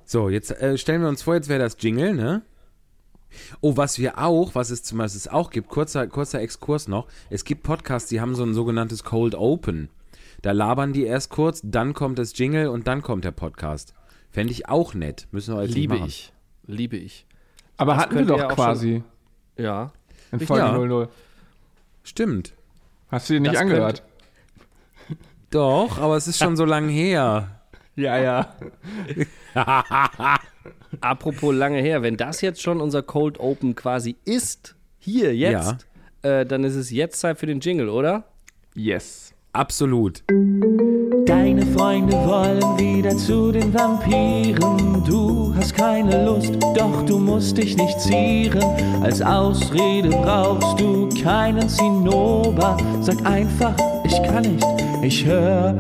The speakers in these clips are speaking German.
So, jetzt stellen wir uns vor, jetzt wäre das Jingle, ne? Oh, was es auch gibt, kurzer Exkurs noch, es gibt Podcasts, die haben so ein sogenanntes Cold Open. Da labern die erst kurz, dann kommt das Jingle und dann kommt der Podcast. Fände ich auch nett. Müssen wir jetzt nicht machen. Liebe ich. Aber Das hatten wir könnt ihr doch ja auch quasi Ja. in Folge Ja. 00. Hast Hast du dir nicht Das angehört? Doch, aber es ist schon so lange her. Ja. Apropos lange her, wenn das jetzt schon unser Cold Open quasi ist, hier, jetzt, dann ist es jetzt Zeit für den Jingle, oder? Yes. Absolut. Deine Freunde wollen wieder zu den Vampiren. Du hast keine Lust, doch du musst dich nicht zieren. Als Ausrede brauchst du keinen Zinnober. Sag einfach, ich kann nicht, ich höre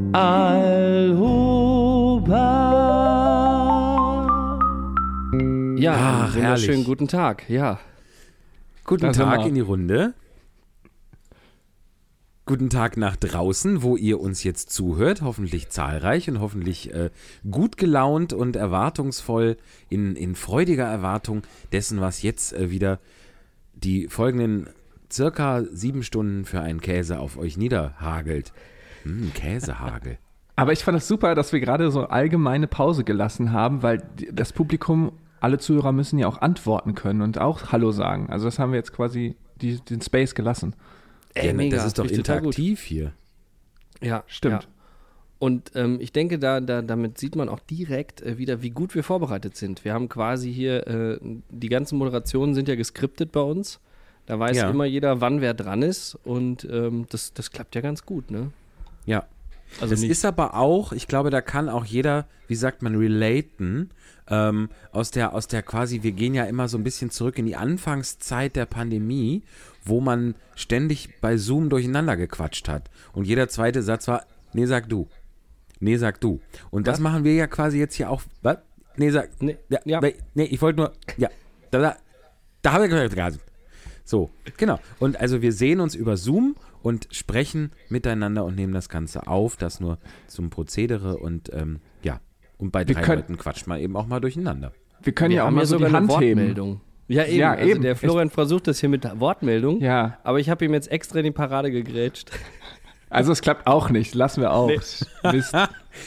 Alhoba. Ja, Ach, wunderschönen herrlich. guten Tag, ja. Guten Da sind Tag wir. in die Runde. Guten Tag nach draußen, wo ihr uns jetzt zuhört. Hoffentlich zahlreich und hoffentlich gut gelaunt und erwartungsvoll in freudiger Erwartung dessen, was jetzt wieder die folgenden circa 7 Stunden für einen Käse auf euch niederhagelt. Käsehagel. Aber ich fand es super, dass wir gerade so allgemeine Pause gelassen haben, weil das Publikum, alle Zuhörer müssen ja auch antworten können und auch Hallo sagen. Also das haben wir jetzt quasi den Space gelassen. Ey, mega, das ist doch finde ich total gut. interaktiv hier. Ja, Stimmt. Ja. Und ich denke, damit sieht man auch direkt wieder, wie gut wir vorbereitet sind. Wir haben quasi hier, die ganzen Moderationen sind ja geskriptet bei uns. Da weiß Ja. immer jeder, wann wer dran ist. Und das klappt ja ganz gut, ne? Ja. Also Das nicht, ist aber auch, ich glaube, da kann auch jeder, wie sagt man, relaten, aus der quasi, wir gehen ja immer so ein bisschen zurück in die Anfangszeit der Pandemie, wo man ständig bei Zoom durcheinander gequatscht hat. Und jeder zweite Satz war, nee, sag du. Nee, sag du. Und das Was? machen wir ja quasi jetzt hier auch, was? Nee, sag, Nee, ja, ja. nee, ich wollte nur, ja, da habe ich gesagt. So, genau. Und also wir sehen uns über Zoom und sprechen miteinander und nehmen das Ganze auf, das nur zum Prozedere und ja. Und bei Wir 3 können- Leuten quatscht man eben auch mal durcheinander. Wir können wir ja auch haben mal ja so sogar die eine Hand heben. Wortmeldung. Ja, eben. Ja, Also eben. der Florian versucht das hier mit Wortmeldung. Ja, Aber ich habe ihm jetzt extra in die Parade gegrätscht. also es klappt auch nicht. Lassen wir auch. Mist.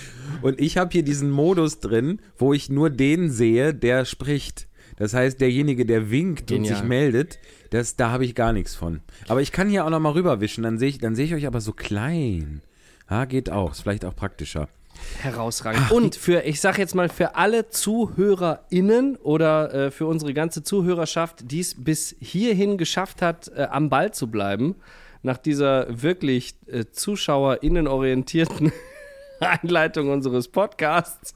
Und ich habe hier diesen Modus drin, wo ich nur den sehe, der spricht. Das heißt, derjenige, der winkt und Genial. sich meldet, da habe ich gar nichts von. Aber ich kann hier auch noch mal rüberwischen, dann sehe ich euch aber so klein. Ja, geht auch, ist vielleicht auch praktischer. Herausragend. Und ich sag jetzt mal, für alle ZuhörerInnen oder für unsere ganze Zuhörerschaft, die es bis hierhin geschafft hat, am Ball zu bleiben, nach dieser wirklich ZuschauerInnen-orientierten Einleitung unseres Podcasts.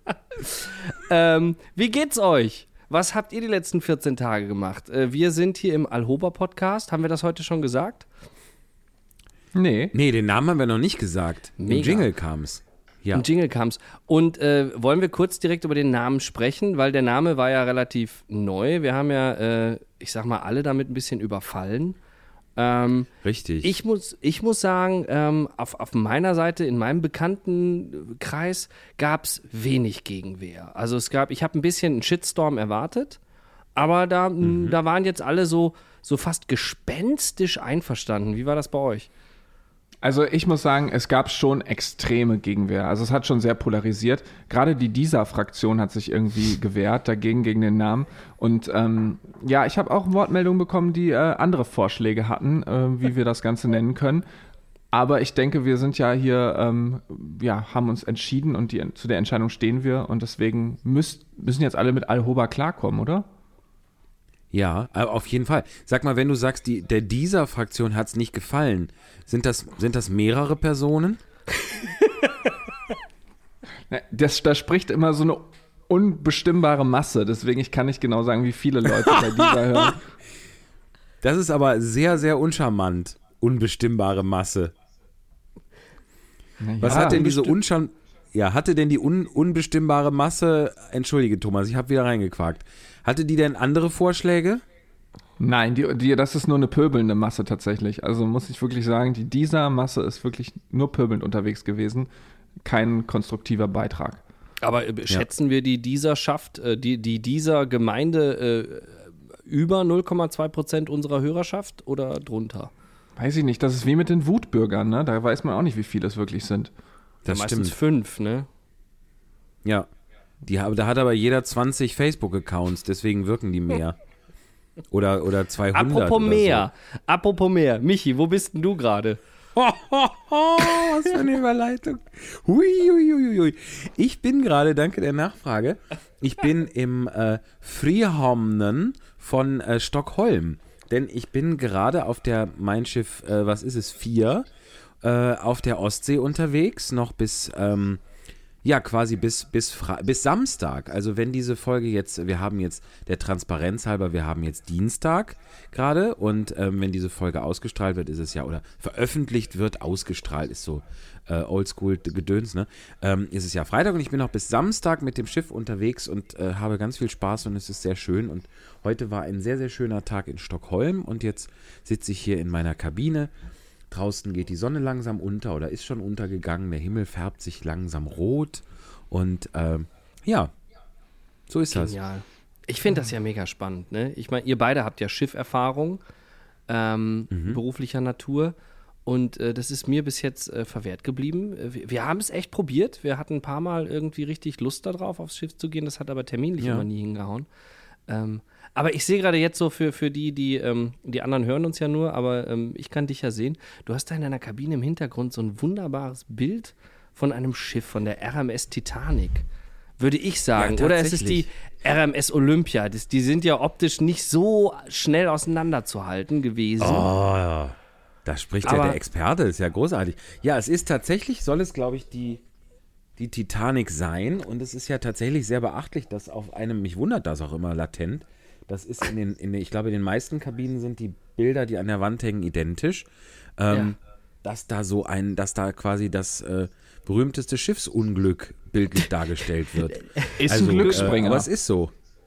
Wie geht's euch? Was habt ihr die letzten 14 Tage gemacht? Wir sind hier im Alhoba-Podcast. Haben wir das heute schon gesagt? Nee. Nee, den Namen haben wir noch nicht gesagt. Im Mega. Jingle kam's. Ja. Im Jingle kam's. Und wollen wir kurz direkt über den Namen sprechen? Weil der Name war ja relativ neu. Wir haben ja, ich sag mal, alle damit ein bisschen überfallen. Richtig. Ich muss sagen, auf meiner Seite, in meinem Bekanntenkreis, gab es wenig Gegenwehr. Also ich habe ein bisschen einen Shitstorm erwartet, aber da waren jetzt alle so fast gespenstisch einverstanden. Wie war das bei euch? Also ich muss sagen, es gab schon extreme Gegenwehr. Also es hat schon sehr polarisiert. Gerade die DISA-Fraktion hat sich irgendwie gewehrt gegen den Namen. Und ja, ich habe auch Wortmeldungen bekommen, die andere Vorschläge hatten, wie wir das Ganze nennen können. Aber ich denke, wir sind ja hier, haben uns entschieden und zu der Entscheidung stehen wir. Und deswegen müssen jetzt alle mit Alhoba klarkommen, oder? Ja, auf jeden Fall. Sag mal, wenn du sagst, der dieser Fraktion hat es nicht gefallen, sind das mehrere Personen? Da spricht immer so eine unbestimmbare Masse. Deswegen, ich kann nicht genau sagen, wie viele Leute bei dieser hören. Das ist aber sehr, sehr uncharmant. Unbestimmbare Masse. Was hat denn diese hatte denn die unbestimmbare Masse, entschuldige Thomas, ich habe wieder reingequakt, hatte die denn andere Vorschläge? Nein, das ist nur eine pöbelnde Masse tatsächlich. Also muss ich wirklich sagen, dieser Masse ist wirklich nur pöbelnd unterwegs gewesen. Kein konstruktiver Beitrag. Aber schätzen wir die Deezerschaft, die dieser Gemeinde über 0,2% unserer Hörerschaft oder drunter? Weiß ich nicht, das ist wie mit den Wutbürgern, ne? Da weiß man auch nicht, wie viele es wirklich sind. Das meistens stimmt. 5, ne? Ja. Da hat aber jeder 20 Facebook-Accounts, deswegen wirken die mehr. Oder 200 Apropos mehr. Michi, wo bist denn du gerade? Was für eine Überleitung. Hui. Ich bin gerade, danke der Nachfrage, ich bin im Frihamnen von Stockholm. Denn ich bin gerade auf der Mein Schiff, 4, auf der Ostsee unterwegs, noch bis Samstag. Also wenn diese Folge jetzt, wir haben jetzt der Transparenz halber, wir haben jetzt Dienstag gerade und wenn diese Folge ausgestrahlt wird, ist es ja, oder veröffentlicht wird, ausgestrahlt ist so Oldschool-Gedöns, ne? Ist es ja Freitag und ich bin noch bis Samstag mit dem Schiff unterwegs und habe ganz viel Spaß und es ist sehr schön und heute war ein sehr, sehr schöner Tag in Stockholm und jetzt sitze ich hier in meiner Kabine. Draußen geht die Sonne langsam unter oder ist schon untergegangen. Der Himmel färbt sich langsam rot. Und so ist das. Genial. Ich finde das ja mega spannend. Ne? Ich meine, ihr beide habt ja Schifferfahrung beruflicher Natur. Und das ist mir bis jetzt verwehrt geblieben. Wir haben es echt probiert. Wir hatten ein paar Mal irgendwie richtig Lust darauf, aufs Schiff zu gehen. Das hat aber terminlich immer nie hingehauen. Aber ich sehe gerade jetzt so für die anderen hören uns ja nur, aber ich kann dich ja sehen. Du hast da in deiner Kabine im Hintergrund so ein wunderbares Bild von einem Schiff, von der RMS Titanic, würde ich sagen. Ja, oder es ist die RMS Olympia. Die sind ja optisch nicht so schnell auseinanderzuhalten gewesen. Oh, ja. Da spricht ja der Experte, das ist ja großartig. Ja, es ist tatsächlich, soll es, glaube ich, die Titanic sein und es ist ja tatsächlich sehr beachtlich, dass auf einem, mich wundert das auch immer latent, das ist ich glaube, in den meisten Kabinen sind die Bilder, die an der Wand hängen, identisch, dass da quasi das berühmteste Schiffsunglück bildlich dargestellt wird. Ist ein Glücksbringer. Aber es ist so.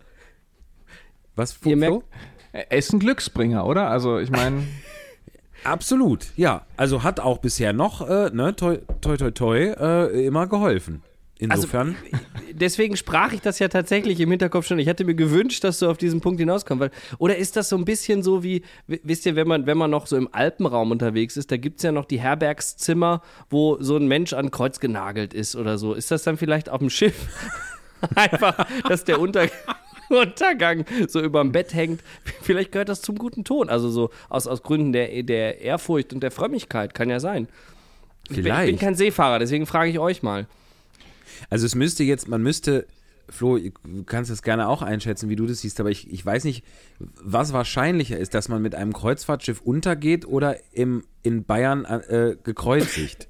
Was, Flo? Ist ein Glücksbringer, oder? Also, ich meine... Absolut, ja. Also hat auch bisher noch, toi, immer geholfen. Insofern. Also, deswegen sprach ich das ja tatsächlich im Hinterkopf schon. Ich hatte mir gewünscht, dass du auf diesen Punkt hinauskommst. Oder ist das so ein bisschen so wie, wisst ihr, wenn man noch so im Alpenraum unterwegs ist, da gibt es ja noch die Herbergszimmer, wo so ein Mensch an Kreuz genagelt ist oder so. Ist das dann vielleicht auf dem Schiff einfach, dass der Untergang so überm Bett hängt? Vielleicht gehört das zum guten Ton. Also so aus Gründen der Ehrfurcht und der Frömmigkeit. Kann ja sein. Vielleicht. Ich bin kein Seefahrer, deswegen frage ich euch mal. Also man müsste, Flo, du kannst das gerne auch einschätzen, wie du das siehst, aber ich weiß nicht, was wahrscheinlicher ist, dass man mit einem Kreuzfahrtschiff untergeht oder in Bayern gekreuzigt.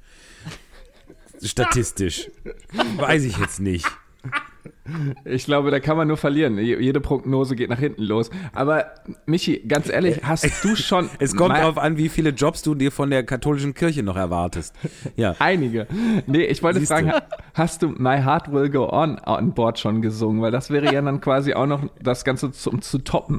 Statistisch. Weiß ich jetzt nicht. Ich glaube, da kann man nur verlieren. Jede Prognose geht nach hinten los. Aber Michi, ganz ehrlich, hast du schon... Es kommt darauf an, wie viele Jobs du dir von der katholischen Kirche noch erwartest. Ja. Einige. Nee, ich wollte fragen, hast du My Heart Will Go On Bord schon gesungen? Weil das wäre ja dann quasi auch noch das Ganze zu toppen.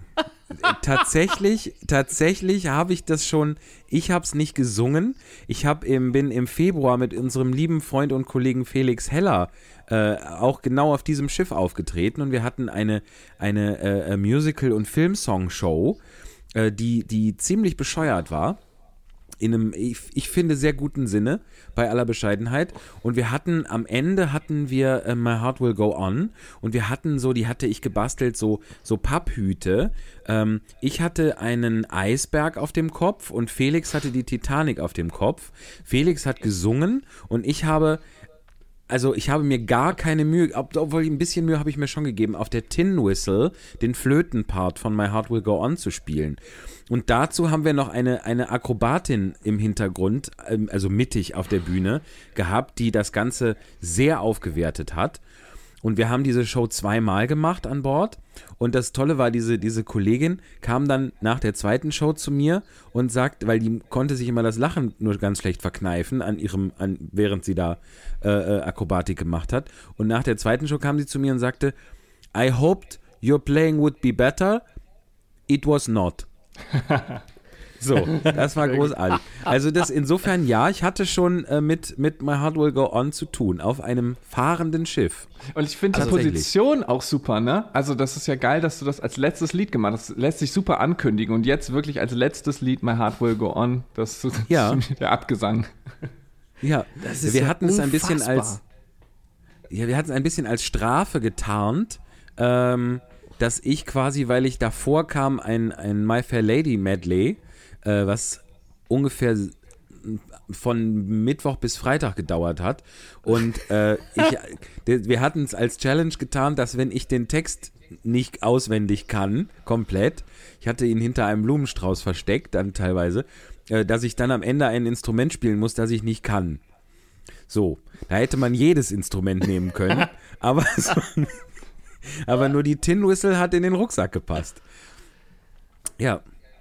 Tatsächlich habe ich das schon, ich habe es nicht gesungen. Bin im Februar mit unserem lieben Freund und Kollegen Felix Heller auch genau auf diesem Schiff aufgetreten und wir hatten eine Musical- und Filmsong-Show, die ziemlich bescheuert war. In einem, ich finde, sehr guten Sinne, bei aller Bescheidenheit. Und am Ende hatten wir My Heart Will Go On und wir hatten die hatte ich gebastelt, so Papphüte. Ich hatte einen Eisberg auf dem Kopf und Felix hatte die Titanic auf dem Kopf. Felix hat gesungen und ich habe mir gar keine Mühe, obwohl ein bisschen Mühe habe ich mir schon gegeben, auf der Tin Whistle den Flötenpart von My Heart Will Go On zu spielen. Und dazu haben wir noch eine Akrobatin im Hintergrund, also mittig auf der Bühne gehabt, die das Ganze sehr aufgewertet hat. Und wir haben diese Show 2-mal gemacht an Bord. Und das Tolle war, diese Kollegin kam dann nach der zweiten Show zu mir und sagt, weil die konnte sich immer das Lachen nur ganz schlecht verkneifen, während sie da Akrobatik gemacht hat. Und nach der zweiten Show kam sie zu mir und sagte, I hoped your playing would be better. It was not. So, das war großartig. Also das insofern, ja, ich hatte schon mit My Heart Will Go On zu tun, auf einem fahrenden Schiff. Und ich finde die Position auch super, ne? Also das ist ja geil, dass du das als letztes Lied gemacht hast. Das lässt sich super ankündigen. Und jetzt wirklich als letztes Lied My Heart Will Go On, das ist der Abgesang. Ja, wir hatten es ein bisschen als Strafe getarnt, dass ich quasi, weil ich davor kam, ein My Fair Lady Medley, was ungefähr von Mittwoch bis Freitag gedauert hat. Und wir hatten es als Challenge getan, dass wenn ich den Text nicht auswendig kann, komplett, ich hatte ihn hinter einem Blumenstrauß versteckt, dann teilweise, dass ich dann am Ende ein Instrument spielen muss, das ich nicht kann. So, da hätte man jedes Instrument nehmen können, aber nur die Tin Whistle hat in den Rucksack gepasst. Ja.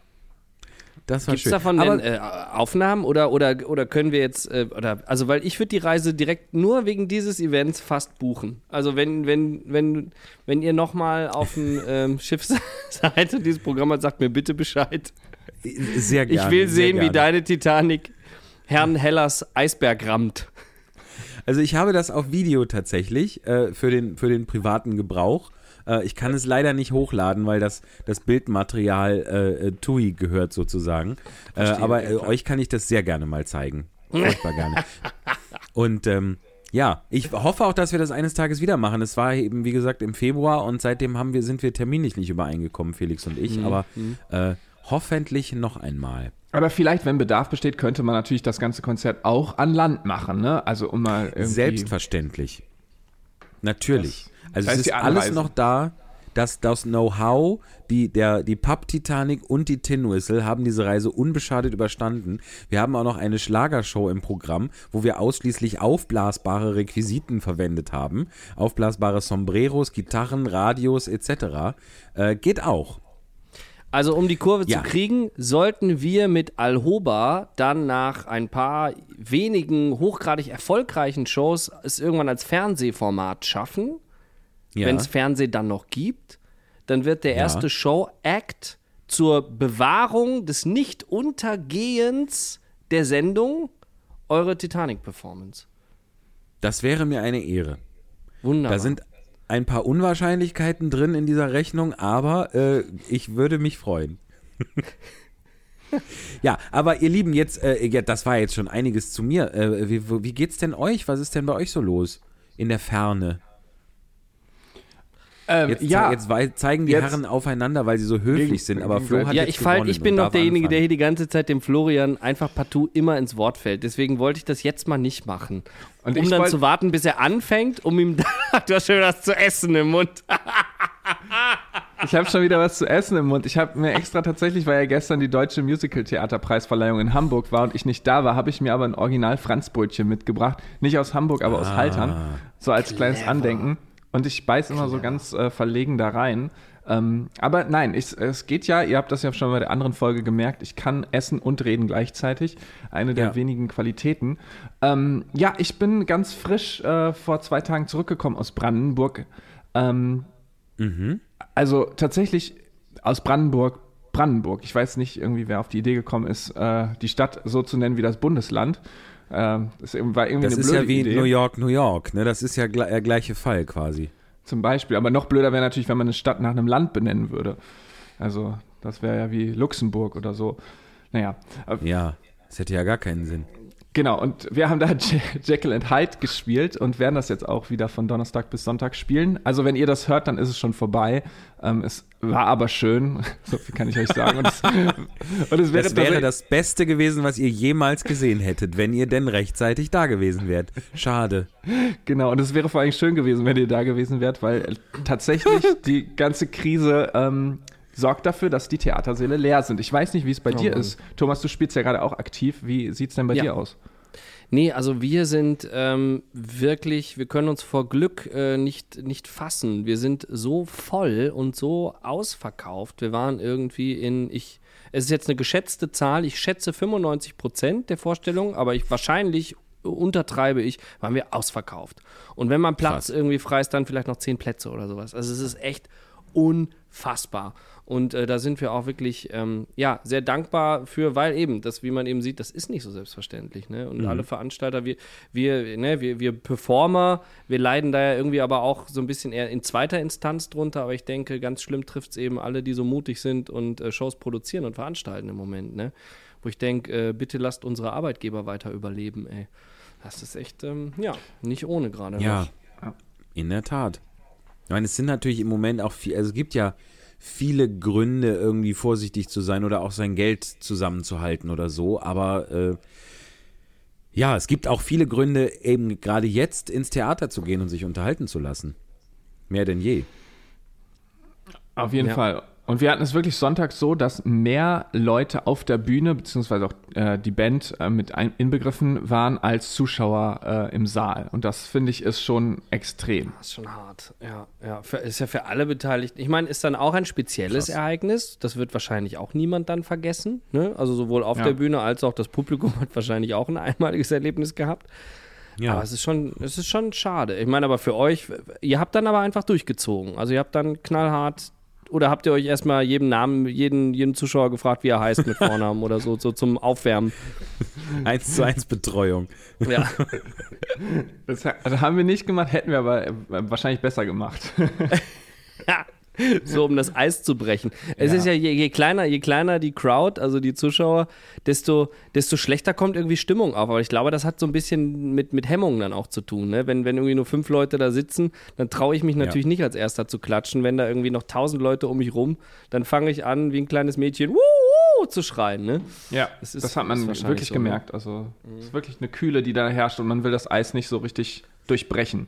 Das war Gibt's schön. davon denn Aufnahmen oder können wir jetzt, also weil ich würde die Reise direkt nur wegen dieses Events fast buchen. Also wenn ihr nochmal auf dem Schiffsseite dieses Programm hat, sagt mir bitte Bescheid. Sehr gerne. Ich will sehen, wie deine Titanic Herrn Hellers Eisberg rammt. Also ich habe das auf Video tatsächlich für den privaten Gebrauch. Ich kann es leider nicht hochladen, weil das Bildmaterial TUI gehört sozusagen. Aber euch kann ich das sehr gerne mal zeigen. Furchtbar gerne. Und ja, ich hoffe auch, dass wir das eines Tages wieder machen. Es war eben, wie gesagt, im Februar und seitdem sind wir terminlich nicht übereingekommen, Felix und ich. Aber hoffentlich noch einmal. Aber vielleicht, wenn Bedarf besteht, könnte man natürlich das ganze Konzert auch an Land machen, ne? Also um mal irgendwie... Selbstverständlich. Natürlich. Also das es ist alles noch da, das Know-how, die Papp-Titanic und die Tin Whistle haben diese Reise unbeschadet überstanden. Wir haben auch noch eine Schlagershow im Programm, wo wir ausschließlich aufblasbare Requisiten verwendet haben. Aufblasbare Sombreros, Gitarren, Radios etc. Geht auch. Also um die Kurve zu kriegen, sollten wir mit Alhoba dann nach ein paar wenigen hochgradig erfolgreichen Shows es irgendwann als Fernsehformat schaffen, wenn es Fernsehen dann noch gibt, dann wird der erste Show-Act zur Bewahrung des Nicht-Untergehens der Sendung eure Titanic-Performance. Das wäre mir eine Ehre. Wunderbar. Da sind ein paar Unwahrscheinlichkeiten drin in dieser Rechnung, aber ich würde mich freuen. Ja, aber ihr Lieben, jetzt, das war jetzt schon einiges zu mir. Wie geht's denn euch? Was ist denn bei euch so los in der Ferne? Jetzt zeigen die Herren aufeinander, weil sie so höflich sind, aber Flo hat jetzt gewonnen. Ich bin doch derjenige, der hier die ganze Zeit dem Florian einfach partout immer ins Wort fällt. Deswegen wollte ich das jetzt mal nicht machen. Und um dann zu warten, bis er anfängt, um ihm... Du hast schon was zu essen im Mund. Ich habe schon wieder was zu essen im Mund. Ich habe mir extra tatsächlich, weil ja gestern die Deutsche Musical-Theaterpreisverleihung in Hamburg war und ich nicht da war, habe ich mir aber ein Original-Franzbrötchen mitgebracht. Nicht aus Hamburg, aber aus Haltern. So als kleines Andenken. Und ich beiß immer so ganz verlegen da rein. Aber nein, es geht ja, ihr habt das ja schon bei der anderen Folge gemerkt, ich kann essen und reden gleichzeitig. Eine der wenigen Qualitäten. Ich bin ganz frisch vor 2 Tagen zurückgekommen aus Brandenburg. Also tatsächlich aus Brandenburg. Ich weiß nicht irgendwie, wer auf die Idee gekommen ist, die Stadt so zu nennen wie das Bundesland. Das war irgendwie das eine blöde Idee. Das ist ja wie New York, ne? Das ist ja der gleiche Fall quasi. Zum Beispiel. Aber noch blöder wäre natürlich, wenn man eine Stadt nach einem Land benennen würde. Also, das wäre ja wie Luxemburg oder so. Naja. Ja, das hätte ja gar keinen Sinn. Genau, und wir haben da Jekyll and Hyde gespielt und werden das jetzt auch wieder von Donnerstag bis Sonntag spielen. Also wenn ihr das hört, dann ist es schon vorbei. Es war aber schön, so viel kann ich euch sagen. Und es wäre das Beste gewesen, was ihr jemals gesehen hättet, wenn ihr denn rechtzeitig da gewesen wärt. Schade. Genau, und es wäre vor allem schön gewesen, wenn ihr da gewesen wärt, weil tatsächlich die ganze Krise sorgt dafür, dass die Theatersäle leer sind. Ich weiß nicht, wie es bei dir ist. Thomas, du spielst ja gerade auch aktiv. Wie sieht es denn bei dir aus? Nee, also wir sind wirklich, wir können uns vor Glück nicht fassen. Wir sind so voll und so ausverkauft. Wir waren irgendwie es ist jetzt eine geschätzte Zahl, ich schätze 95% der Vorstellung, aber wahrscheinlich untertreibe ich, waren wir ausverkauft. Und wenn man Platz irgendwie frei ist, dann vielleicht noch 10 Plätze oder sowas. Also es ist echt unfassbar. Und da sind wir auch wirklich sehr dankbar für, weil eben, das, wie man eben sieht, das ist nicht so selbstverständlich. Ne? Und alle Veranstalter, wir Performer, wir leiden da ja irgendwie aber auch so ein bisschen eher in zweiter Instanz drunter, aber ich denke, ganz schlimm trifft es eben alle, die so mutig sind und Shows produzieren und veranstalten im Moment. Ne? Wo ich denke, bitte lasst unsere Arbeitgeber weiter überleben, ey. Das ist echt, nicht ohne gerade. Ja, in der Tat. Ich meine, es sind natürlich im Moment auch viel, also es gibt ja viele Gründe, irgendwie vorsichtig zu sein oder auch sein Geld zusammenzuhalten oder so, aber es gibt auch viele Gründe, eben gerade jetzt ins Theater zu gehen und sich unterhalten zu lassen. Mehr denn je. Auf jeden Fall. Und wir hatten es wirklich sonntags so, dass mehr Leute auf der Bühne, beziehungsweise auch die Band mit inbegriffen waren, als Zuschauer im Saal. Und das, finde ich, ist schon extrem. Das ist schon hart, ja. Ist ja für alle beteiligt. Ich meine, ist dann auch ein spezielles Ereignis. Das wird wahrscheinlich auch niemand dann vergessen. Ne? Also sowohl auf der Bühne als auch das Publikum hat wahrscheinlich auch ein einmaliges Erlebnis gehabt. Ja. Aber es ist schon schade. Ich meine, aber für euch, ihr habt dann aber einfach durchgezogen. Also ihr habt dann knallhart. Oder habt ihr euch erstmal jeden Zuschauer gefragt, wie er heißt mit Vornamen oder so zum Aufwärmen? 1:1 Betreuung. Ja. Das haben wir nicht gemacht, hätten wir aber wahrscheinlich besser gemacht. Ja. So, um das Eis zu brechen. Es ist ja, je kleiner die Crowd, also die Zuschauer, desto schlechter kommt irgendwie Stimmung auf. Aber ich glaube, das hat so ein bisschen mit Hemmungen dann auch zu tun. Ne? Wenn irgendwie nur 5 Leute da sitzen, dann traue ich mich natürlich nicht als Erster zu klatschen. Wenn da irgendwie noch 1000 Leute um mich rum, dann fange ich an, wie ein kleines Mädchen zu schreien. Ne? Ja, das hat man wirklich so gemerkt. Ne? Also es ist wirklich eine Kühle, die da herrscht und man will das Eis nicht so richtig durchbrechen.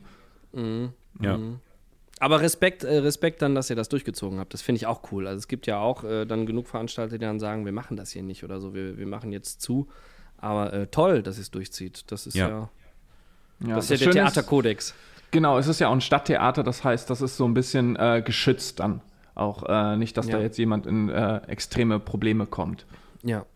Ja. Aber Respekt dann, dass ihr das durchgezogen habt. Das finde ich auch cool. Also es gibt ja auch dann genug Veranstalter, die dann sagen, wir machen das hier nicht oder so, wir machen jetzt zu. Aber toll, dass ihr es durchzieht. Das ist das ist ja der Theaterkodex. Genau, es ist ja auch ein Stadttheater, das heißt, das ist so ein bisschen geschützt dann. Auch nicht, dass da jetzt jemand in extreme Probleme kommt. Ja.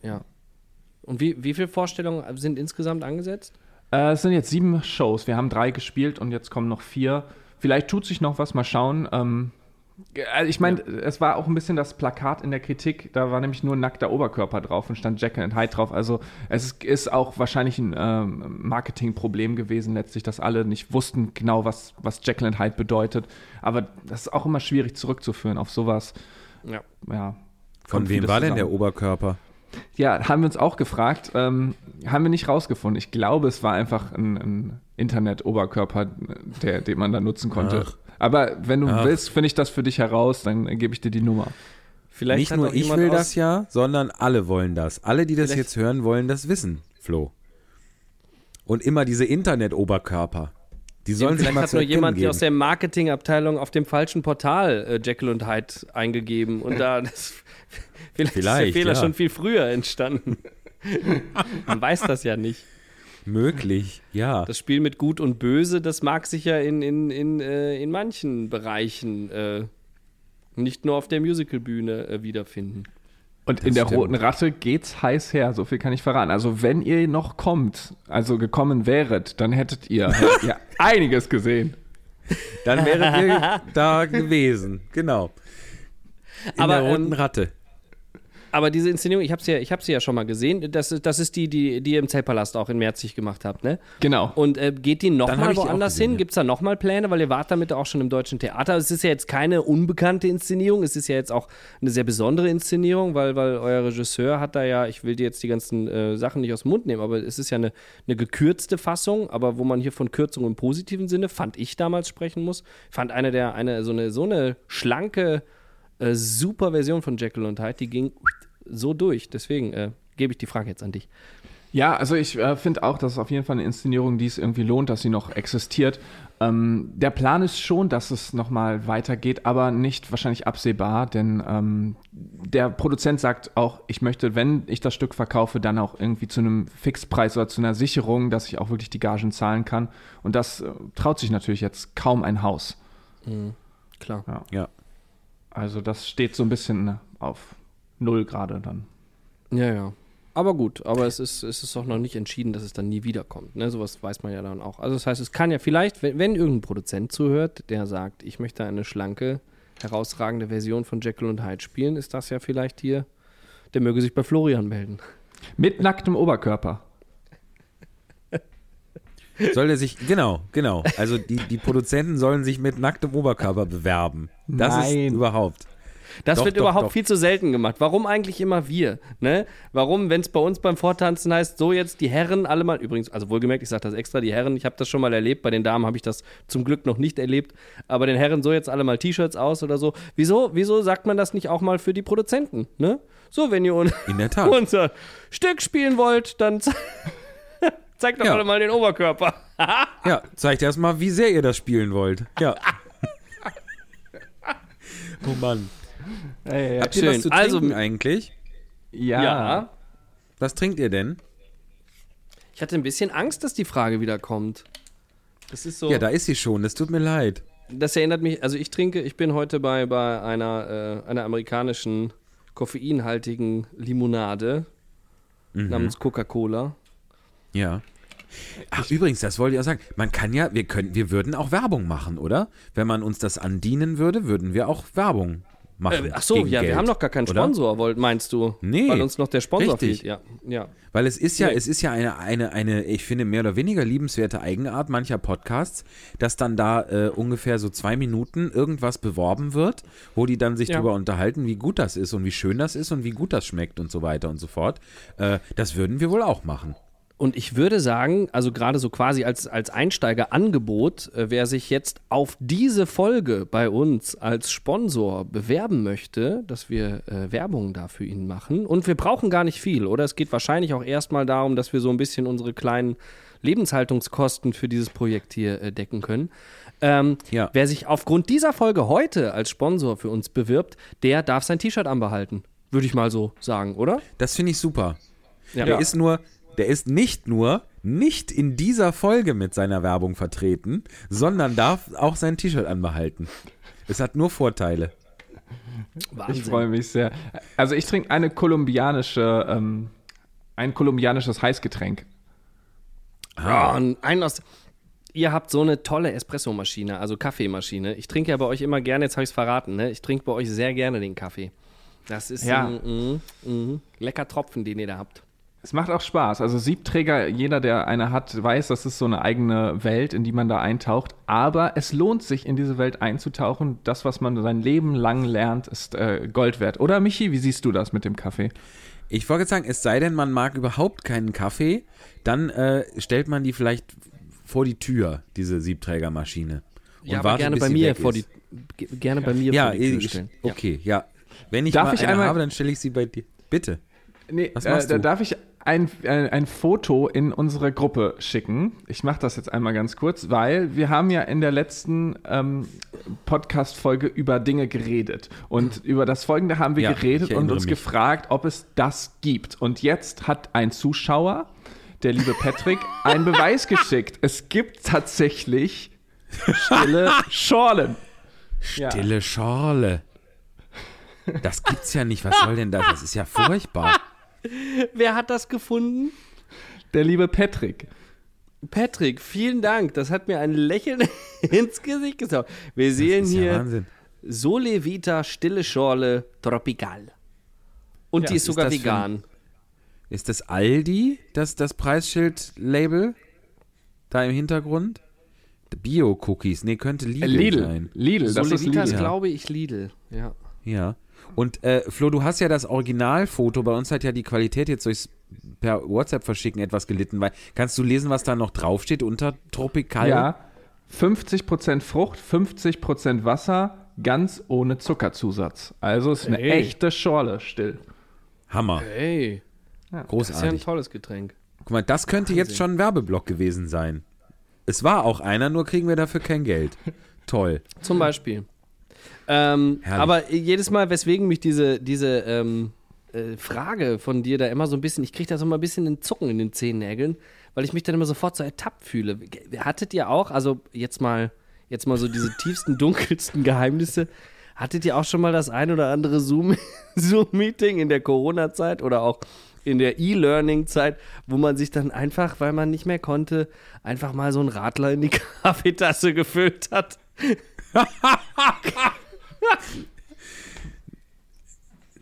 Und wie viele Vorstellungen sind insgesamt angesetzt? Es sind jetzt 7 Shows. Wir haben 3 gespielt und jetzt kommen noch 4. Vielleicht tut sich noch was, mal schauen. Ich meine, es war auch ein bisschen das Plakat in der Kritik, da war nämlich nur ein nackter Oberkörper drauf und stand Jekyll and Hyde drauf. Also es ist auch wahrscheinlich ein Marketingproblem gewesen letztlich, dass alle nicht wussten genau, was Jekyll and Hyde bedeutet. Aber das ist auch immer schwierig zurückzuführen auf sowas. Ja. Von wem war denn der Oberkörper? Ja, haben wir uns auch gefragt. Haben wir nicht rausgefunden. Ich glaube, es war einfach ein Internet-Oberkörper, den man da nutzen konnte. Aber wenn du willst, finde ich das für dich heraus, dann gebe ich dir die Nummer. Vielleicht nicht nur ich will das ja, sondern alle wollen das. Alle, die das jetzt hören, wollen das wissen, Flo. Und immer diese Internet-Oberkörper. Die sollen sich mal hat nur jemand aus der Marketingabteilung auf dem falschen Portal Jekyll und Hyde eingegeben und da vielleicht ist der Fehler schon viel früher entstanden. Man weiß das ja nicht. Möglich, ja. Das Spiel mit Gut und Böse, das mag sich ja in manchen Bereichen nicht nur auf der Musicalbühne wiederfinden. Und in der Roten Ratte geht's heiß her, so viel kann ich verraten. Also wenn ihr noch gekommen wäret, dann hättet ihr einiges gesehen. Dann wäret ihr da gewesen, genau. In der Roten Ratte. Aber diese Inszenierung, ich hab sie ja schon mal gesehen, das ist die ihr im Zeltpalast auch in Merzig gemacht habt, ne? Genau. Und geht die nochmal woanders hin? Gibt es da nochmal Pläne? Weil ihr wart damit auch schon im Deutschen Theater. Es ist ja jetzt keine unbekannte Inszenierung, es ist ja jetzt auch eine sehr besondere Inszenierung, weil euer Regisseur hat da ja, ich will dir jetzt die ganzen Sachen nicht aus dem Mund nehmen, aber es ist ja eine gekürzte Fassung, aber wo man hier von Kürzung im positiven Sinne, fand ich damals sprechen muss, fand so eine schlanke super Version von Jekyll und Hyde, die ging so durch. Deswegen gebe ich die Frage jetzt an dich. Ja, also ich finde auch, dass es auf jeden Fall eine Inszenierung, die es irgendwie lohnt, dass sie noch existiert. Der Plan ist schon, dass es nochmal weitergeht, aber nicht wahrscheinlich absehbar, denn der Produzent sagt auch, ich möchte, wenn ich das Stück verkaufe, dann auch irgendwie zu einem Fixpreis oder zu einer Sicherung, dass ich auch wirklich die Gagen zahlen kann. Und das traut sich natürlich jetzt kaum ein Haus. Klar. Ja. Also das steht so ein bisschen auf 0 gerade dann. Ja. Aber gut, aber es ist doch noch nicht entschieden, dass es dann nie wiederkommt. Ne? Sowas weiß man ja dann auch. Also das heißt, es kann ja vielleicht, wenn irgendein Produzent zuhört, der sagt, ich möchte eine schlanke herausragende Version von Jekyll und Hyde spielen, ist das ja vielleicht hier, der möge sich bei Florian melden. Mit nacktem Oberkörper. Soll er sich, genau. Also die Produzenten sollen sich mit nacktem Oberkörper bewerben. Das Nein. ist überhaupt. Das Doch, wird doch, überhaupt doch. viel zu selten gemacht. Warum eigentlich immer wir? Ne? Warum, wenn es bei uns beim Vortanzen heißt, so jetzt die Herren alle mal, übrigens, also wohlgemerkt, ich sage das extra, die Herren, ich habe das schon mal erlebt, bei den Damen habe ich das zum Glück noch nicht erlebt, aber den Herren so jetzt alle mal T-Shirts aus oder so. Wieso sagt man das nicht auch mal für die Produzenten? Ne? So, wenn ihr In der Tat. unser Stück spielen wollt, dann zeigt doch Ja. alle mal den Oberkörper. Ja, zeigt erst mal, wie sehr ihr das spielen wollt. Ja. Oh Mann. Habt ihr was Schön. zu Also- trinken eigentlich? Ja. Was trinkt ihr denn? Ich hatte ein bisschen Angst, dass die Frage wieder kommt. Das ist so. Ja, da ist sie schon. Das tut mir leid. Das erinnert mich, also ich bin heute bei einer amerikanischen koffeinhaltigen Limonade namens Coca-Cola. Ja. Ach, übrigens, das wollte ich auch sagen. Man kann ja, wir würden auch Werbung machen, oder? Wenn man uns das andienen würde, würden wir auch Werbung machen. Ach so, gegen ja, Geld, wir haben noch gar keinen oder? Sponsor, meinst du? Nee, Weil uns noch der Sponsor richtig. fehlt. Ja. Weil es ist ja, Nee. eine, ich finde, mehr oder weniger liebenswerte Eigenart mancher Podcasts, dass dann da ungefähr so 2 Minuten irgendwas beworben wird, wo die dann sich Ja. drüber unterhalten, wie gut das ist und wie schön das ist und wie gut das schmeckt und so weiter und so fort. Das würden wir wohl auch machen. Und ich würde sagen, also gerade so quasi als Einsteigerangebot, wer sich jetzt auf diese Folge bei uns als Sponsor bewerben möchte, dass wir Werbung da für ihn machen. Und wir brauchen gar nicht viel, oder? Es geht wahrscheinlich auch erstmal darum, dass wir so ein bisschen unsere kleinen Lebenshaltungskosten für dieses Projekt hier decken können. Ja. Wer sich aufgrund dieser Folge heute als Sponsor für uns bewirbt, der darf sein T-Shirt anbehalten. Würde ich mal so sagen, oder? Das finde ich super. Ja. Der ist nicht in dieser Folge mit seiner Werbung vertreten, sondern darf auch sein T-Shirt anbehalten. Es hat nur Vorteile. Ich freue mich sehr. Also ich trinke ein kolumbianisches Heißgetränk. Ja, und ihr habt so eine tolle Espressomaschine, also Kaffeemaschine. Ich trinke ja bei euch immer gerne, jetzt habe ich es verraten, ne? Ich trinke bei euch sehr gerne den Kaffee. Das ist Ja. ein lecker Tropfen, den ihr da habt. Es macht auch Spaß. Also Siebträger, jeder, der eine hat, weiß, das ist so eine eigene Welt, in die man da eintaucht. Aber es lohnt sich, in diese Welt einzutauchen. Das, was man sein Leben lang lernt, ist Gold wert. Oder, Michi, wie siehst du das mit dem Kaffee? Ich wollte sagen, es sei denn, man mag überhaupt keinen Kaffee, dann stellt man die vielleicht vor die Tür, diese Siebträgermaschine. Und Ja, aber wartet, gerne bis bei sie mir weg vor ist. gerne bei mir Ja, vor die Tür stellen. okay, ja. Wenn ich Darf mal ich eine einmal- habe, dann stelle ich sie bei dir. Bitte. Nee, Was machst da du? darf ich ein Foto in unsere Gruppe schicken. Ich mache das jetzt einmal ganz kurz, weil wir haben ja in der letzten Podcast-Folge über Dinge geredet. Und über das Folgende haben wir Ja, geredet ich und erinnere uns mich. gefragt, ob es das gibt. Und jetzt hat ein Zuschauer, der liebe Patrick, einen Beweis geschickt. Es gibt tatsächlich stille Schorlen. Ja. Stille Schorle. Das gibt's ja nicht. Was soll denn das? Das ist ja furchtbar. Wer hat das gefunden? Der liebe Patrick. Patrick, vielen Dank. Das hat mir ein Lächeln ins Gesicht gezaubert. Wir sehen Das ist ja hier Wahnsinn. Sole Vita Stille Schorle Tropical. Und Ja, die ist ist sogar das für vegan. Ist das Aldi, das Preisschild-Label? Da im Hintergrund? Bio-Cookies. Nee, könnte Lidl sein. Lidl, das Sole ist Vita ist, Lidl. glaube ich, Lidl. Ja. Ja. Und Flo, du hast ja das Originalfoto. Bei uns hat ja die Qualität jetzt durchs per WhatsApp verschicken etwas gelitten. Weil, kannst du lesen, was da noch draufsteht unter Tropical? Ja, 50% Frucht, 50% Wasser, ganz ohne Zuckerzusatz. Also ist eine Hey. echte Schorle still. Hammer. Hey, das ist ja ein Großartig. tolles Getränk. Guck mal, das könnte jetzt schon ein Werbeblock gewesen sein. Es war auch einer, nur kriegen wir dafür kein Geld. Toll. Zum Beispiel. Aber jedes Mal, weswegen mich diese Frage von dir da immer so ein bisschen, ich kriege da so mal ein bisschen einen Zucken in den Zehennägeln, weil ich mich dann immer sofort so ertappt fühle. Hattet ihr auch, also jetzt mal so diese tiefsten, dunkelsten Geheimnisse, hattet ihr auch schon mal das ein oder andere Zoom-Meeting in der Corona-Zeit oder auch in der E-Learning-Zeit, wo man sich dann einfach, weil man nicht mehr konnte, einfach mal so einen Radler in die Kaffeetasse gefüllt hat?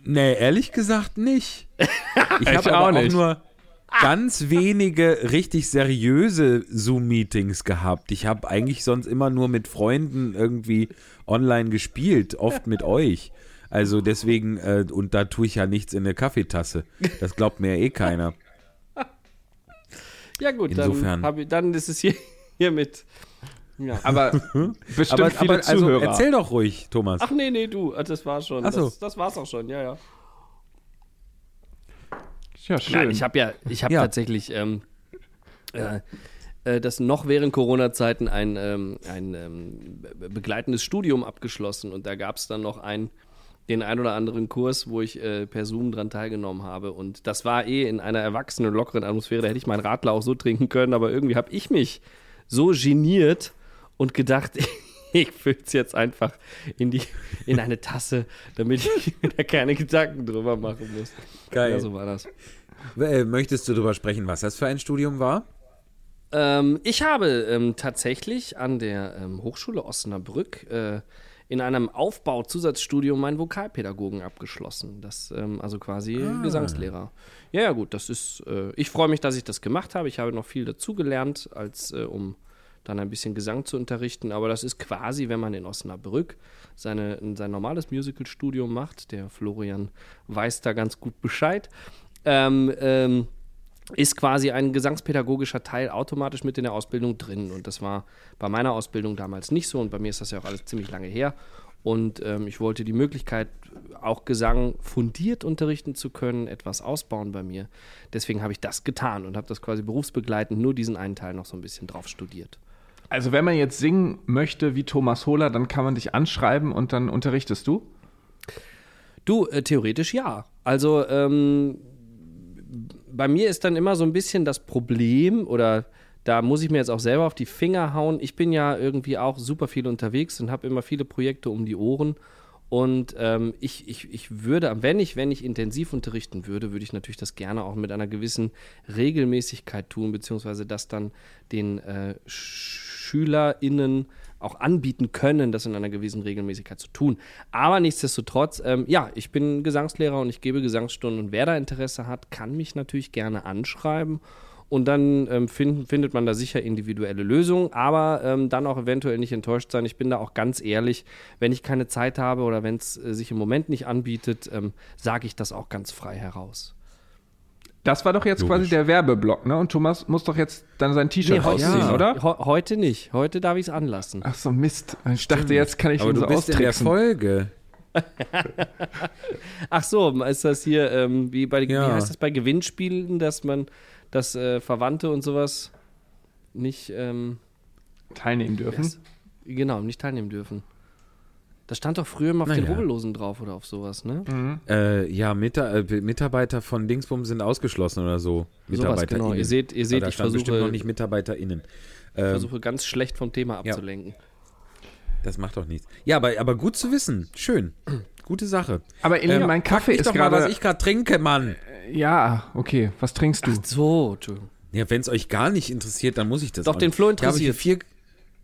Nee, ehrlich gesagt nicht. Ich Ich habe auch aber auch nicht. nur ganz wenige richtig seriöse Zoom-Meetings gehabt. Ich habe eigentlich sonst immer nur mit Freunden irgendwie online gespielt, oft mit euch. Also deswegen, und da tue ich ja nichts in eine Kaffeetasse. Das glaubt mir ja eh keiner. Ja gut, Insofern. dann ist es hier mit. Ja. Aber bestimmt viele also Zuhörer. erzähl doch ruhig, Thomas. Ach nee, du, das war schon. Ach so. Das war's auch schon, ja. ja, schön. Nein, ich habe Ja. tatsächlich das noch während Corona-Zeiten ein begleitendes Studium abgeschlossen und da gab es dann noch den ein oder anderen Kurs, wo ich per Zoom dran teilgenommen habe und das war in einer erwachsenen, lockeren Atmosphäre, da hätte ich meinen Radler auch so trinken können, aber irgendwie habe ich mich so geniert und gedacht, ich fülle es jetzt einfach in eine Tasse, damit ich mir da keine Gedanken drüber machen muss. Geil. Ja, so war das. Möchtest du darüber sprechen, was das für ein Studium war? Ich habe tatsächlich an der Hochschule Osnabrück in einem Aufbau-Zusatzstudium meinen Vokalpädagogen abgeschlossen. Das, also quasi Gesangslehrer. Ja, gut, das ist, ich freue mich, dass ich das gemacht habe. Ich habe noch viel dazugelernt, als um dann ein bisschen Gesang zu unterrichten. Aber das ist quasi, wenn man in Osnabrück sein normales Musical-Studium macht, der Florian weiß da ganz gut Bescheid, ist quasi ein gesangspädagogischer Teil automatisch mit in der Ausbildung drin. Und das war bei meiner Ausbildung damals nicht so. Und bei mir ist das ja auch alles ziemlich lange her. Und ich wollte die Möglichkeit, auch Gesang fundiert unterrichten zu können, etwas ausbauen bei mir. Deswegen habe ich das getan und habe das quasi berufsbegleitend nur diesen einen Teil noch so ein bisschen drauf studiert. Also wenn man jetzt singen möchte wie Thomas Hohler, dann kann man dich anschreiben und dann unterrichtest du? Du, theoretisch ja. Also bei mir ist dann immer so ein bisschen das Problem, oder da muss ich mir jetzt auch selber auf die Finger hauen. Ich bin ja irgendwie auch super viel unterwegs und habe immer viele Projekte um die Ohren. Und ich würde, wenn ich intensiv unterrichten würde ich natürlich das gerne auch mit einer gewissen Regelmäßigkeit tun, beziehungsweise das dann den SchülerInnen auch anbieten können, das in einer gewissen Regelmäßigkeit zu tun. Aber nichtsdestotrotz, ja, ich bin Gesangslehrer und ich gebe Gesangsstunden und wer da Interesse hat, kann mich natürlich gerne anschreiben und dann findet man da sicher individuelle Lösungen, aber dann auch eventuell nicht enttäuscht sein. Ich bin da auch ganz ehrlich, wenn ich keine Zeit habe oder wenn es sich im Moment nicht anbietet, sage ich das auch ganz frei heraus. Das war doch jetzt Logisch. quasi der Werbeblock, ne? Und Thomas muss doch jetzt dann sein T-Shirt heute ausziehen, ja. oder? Heute nicht. Heute darf ich es anlassen. Ach so, Mist. Ich dachte, jetzt kann ich Aber ihn du so bist in der austricksen. Folge. Ach so, ist das hier wie Ja. heißt das bei Gewinnspielen, dass man das Verwandte und sowas nicht Teilnehmen dürfen. genau, nicht teilnehmen dürfen. Das stand doch früher immer auf den Naja. Rubbellosen drauf oder auf sowas, ne? Ja, Mitarbeiter von Dingsbum sind ausgeschlossen oder so. Sowas, MitarbeiterInnen. genau. Ihr seht, Da ich stand bestimmt versuche, noch nicht MitarbeiterInnen. versuche ganz schlecht vom Thema Ja. abzulenken. Das macht doch nichts. Ja, aber gut zu wissen. Schön. Gute Sache. Aber Elin, mein Kaffee Ich ist doch mal, was gerade... ich gerade trinke, Mann. Ja, okay. Was trinkst du? So, Entschuldigung. Ja, wenn es euch gar nicht interessiert, dann muss ich das Doch, auch den nicht. Flo Ich habe hier interessiert. 4...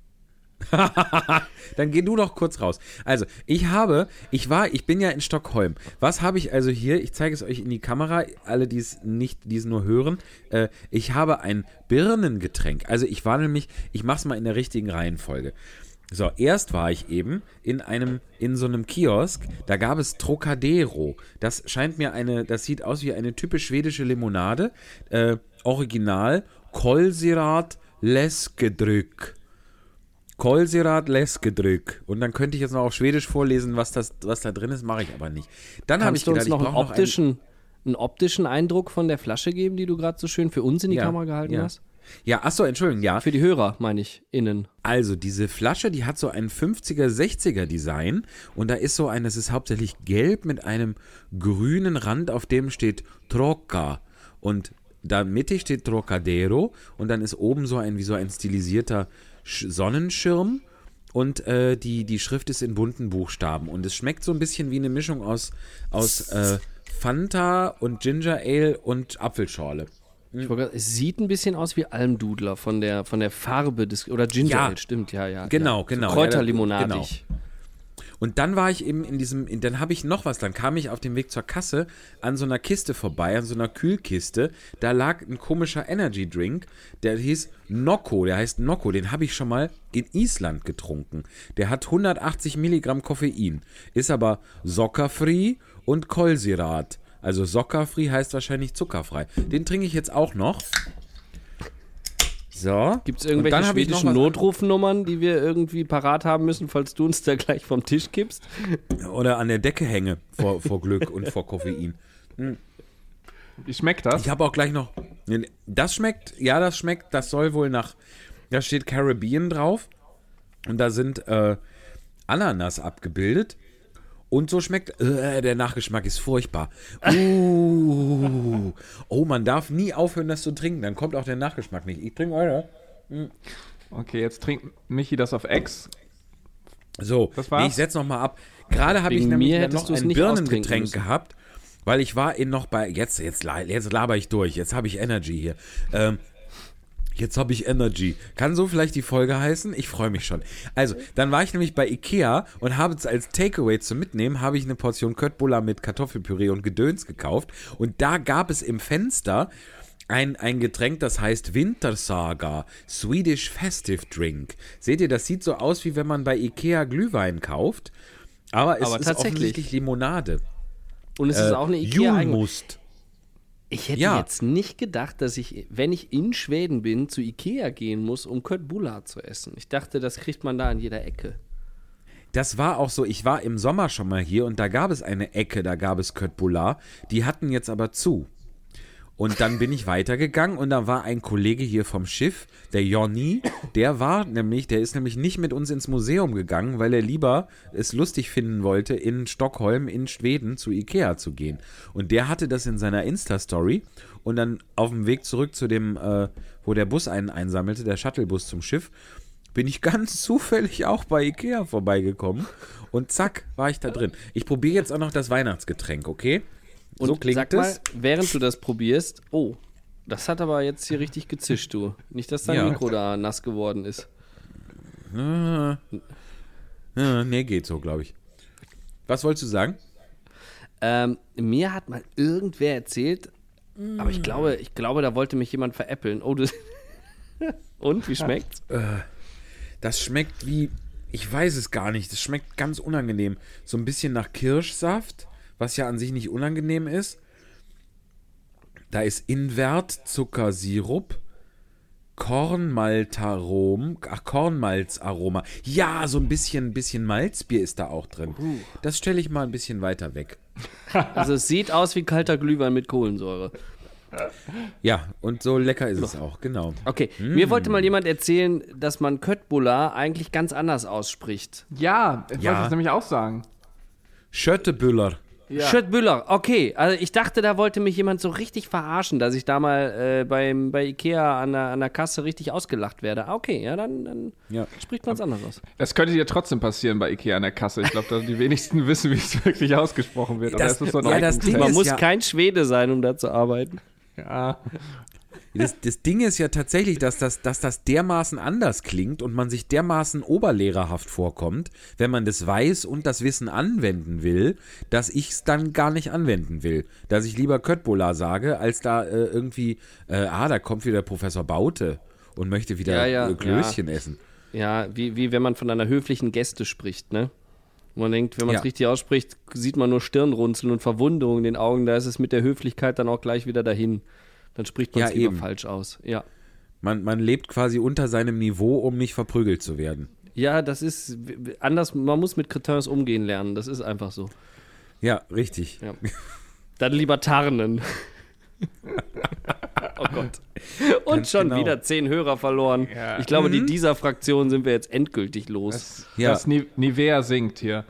Dann geh du doch kurz raus. Also, ich bin ja in Stockholm. Was habe ich also hier? Ich zeige es euch in die Kamera, alle, die es nur hören. Ich habe ein Birnengetränk. Also, ich mache es mal in der richtigen Reihenfolge. So, erst war ich eben in so einem Kiosk, da gab es Trocadero. Das sieht aus wie eine typisch schwedische Limonade. Original, Kolsyrat Läskedryck. Kolsyrat Läskedryck. Und dann könnte ich jetzt noch auf Schwedisch vorlesen, was da drin ist, mache ich aber nicht. Dann habe ich Kannst du uns gedacht, noch ich brauche einen optischen Eindruck von der Flasche geben, die du gerade so schön für uns in die Ja, Kamera gehalten ja. hast? Ja, achso, Entschuldigung, ja. Für die Hörer, meine ich, innen. Also, diese Flasche, die hat so ein 50er, 60er Design und da ist es ist hauptsächlich gelb mit einem grünen Rand, auf dem steht Troca und da mittig steht Trocadero und dann ist oben wie so ein stilisierter Sonnenschirm und die Schrift ist in bunten Buchstaben und es schmeckt so ein bisschen wie eine Mischung aus Fanta und Ginger Ale und Apfelschorle. Es sieht ein bisschen aus wie Almdudler von der Farbe oder Ginger Ja. Ale, stimmt, ja. Genau. So Kräuterlimonadig. Genau. Und dann war ich eben dann habe ich noch was, dann kam ich auf dem Weg zur Kasse an so einer Kiste vorbei, an so einer Kühlkiste, da lag ein komischer Energy Drink, der heißt Nocco, den habe ich schon mal in Island getrunken. Der hat 180 Milligramm Koffein, ist aber zuckerfrei und Kolsyrat. Also zuckerfrei heißt wahrscheinlich zuckerfrei. Den trinke ich jetzt auch noch. So. Gibt es irgendwelche schwedischen Notrufnummern, die wir irgendwie parat haben müssen, falls du uns da gleich vom Tisch kippst? Oder an der Decke hänge vor Glück und vor Koffein. Wie schmeckt das? Ich habe auch gleich noch. Das schmeckt, das soll wohl da steht Caribbean drauf und da sind Ananas abgebildet. Und so schmeckt, der Nachgeschmack ist furchtbar. Oh, man darf nie aufhören, das zu trinken, dann kommt auch der Nachgeschmack nicht. Ich trinke weiter. Okay, jetzt trinkt Michi das auf Ex. So, das war's? Ich setze nochmal ab. Gerade habe ich nämlich noch ein Birnengetränk gehabt, weil ich war jetzt laber ich durch, jetzt habe ich Energy hier. Jetzt habe ich Energy. Kann so vielleicht die Folge heißen? Ich freue mich schon. Also, dann war ich nämlich bei Ikea und habe als Takeaway zum Mitnehmen, habe ich eine Portion Köttbullar mit Kartoffelpüree und Gedöns gekauft. Und da gab es im Fenster ein Getränk, das heißt Wintersaga, Swedish Festive Drink. Seht ihr, das sieht so aus, wie wenn man bei Ikea Glühwein kauft. Aber es ist offensichtlich Limonade. Und es ist auch eine Ikea Julmust. Ich hätte jetzt nicht gedacht, dass ich, wenn ich in Schweden bin, zu Ikea gehen muss, um Köttbullar zu essen. Ich dachte, das kriegt man da an jeder Ecke. Das war auch so, ich war im Sommer schon mal hier und da gab es eine Ecke, da gab es Köttbullar, die hatten jetzt aber zu. Und dann bin ich weitergegangen und da war ein Kollege hier vom Schiff, der Jonny, der ist nämlich nicht mit uns ins Museum gegangen, weil er lieber es lustig finden wollte, in Stockholm, in Schweden zu Ikea zu gehen. Und der hatte das in seiner Insta-Story und dann auf dem Weg zurück zu dem, wo der Bus einen einsammelte, der Shuttlebus zum Schiff, bin ich ganz zufällig auch bei Ikea vorbeigekommen und zack, war ich da drin. Ich probiere jetzt auch noch das Weihnachtsgetränk, okay? Und so klingt sag mal, während du das probierst, das hat aber jetzt hier richtig gezischt, du. Nicht, dass dein Mikro da nass geworden ist. Nee, geht so, glaube ich. Was wolltest du sagen? Mir hat mal irgendwer erzählt, aber ich glaube, da wollte mich jemand veräppeln. Und, wie schmeckt's? Das schmeckt wie, ich weiß es gar nicht, das schmeckt ganz unangenehm. So ein bisschen nach Kirschsaft, was ja an sich nicht unangenehm ist. Da ist Invertzuckersirup, Kornmalzaroma. Ja, so ein bisschen Malzbier ist da auch drin. Das stelle ich mal ein bisschen weiter weg. Also es sieht aus wie kalter Glühwein mit Kohlensäure. Ja, und so lecker ist es auch, genau. Okay, mir wollte mal jemand erzählen, dass man Köttbullar eigentlich ganz anders ausspricht. Ja, ich wollte das nämlich auch sagen. Schöttebüller. Ja. Schöttbüller, okay. Also ich dachte, da wollte mich jemand so richtig verarschen, dass ich da mal bei Ikea an der Kasse richtig ausgelacht werde. Okay, ja, dann spricht man es anders aus. Das könnte dir trotzdem passieren bei Ikea an der Kasse. Ich glaube, die wenigsten wissen, wie es wirklich ausgesprochen wird. Das Ding man ist muss kein Schwede sein, um da zu arbeiten. Ja. Das Ding ist ja tatsächlich, dass das dermaßen anders klingt und man sich dermaßen oberlehrerhaft vorkommt, wenn man das weiß und das Wissen anwenden will, dass ich es dann gar nicht anwenden will. Dass ich lieber Köttbullar sage, als da irgendwie, da kommt wieder Professor Baute und möchte wieder Klößchen essen. Ja, wie wenn man von einer höflichen Gäste spricht, ne? Man denkt, wenn man es richtig ausspricht, sieht man nur Stirnrunzeln und Verwunderung in den Augen, da ist es mit der Höflichkeit dann auch gleich wieder dahin. Dann spricht man es lieber falsch aus. Ja. Man lebt quasi unter seinem Niveau, um nicht verprügelt zu werden. Ja, das ist anders. Man muss mit Cretins umgehen lernen. Das ist einfach so. Ja, richtig. Ja. Dann lieber tarnen. Oh Gott. Und ganz schon wieder 10 Hörer verloren. Ja. Ich glaube, dieser Fraktion sind wir jetzt endgültig los. Das Nivea sinkt hier.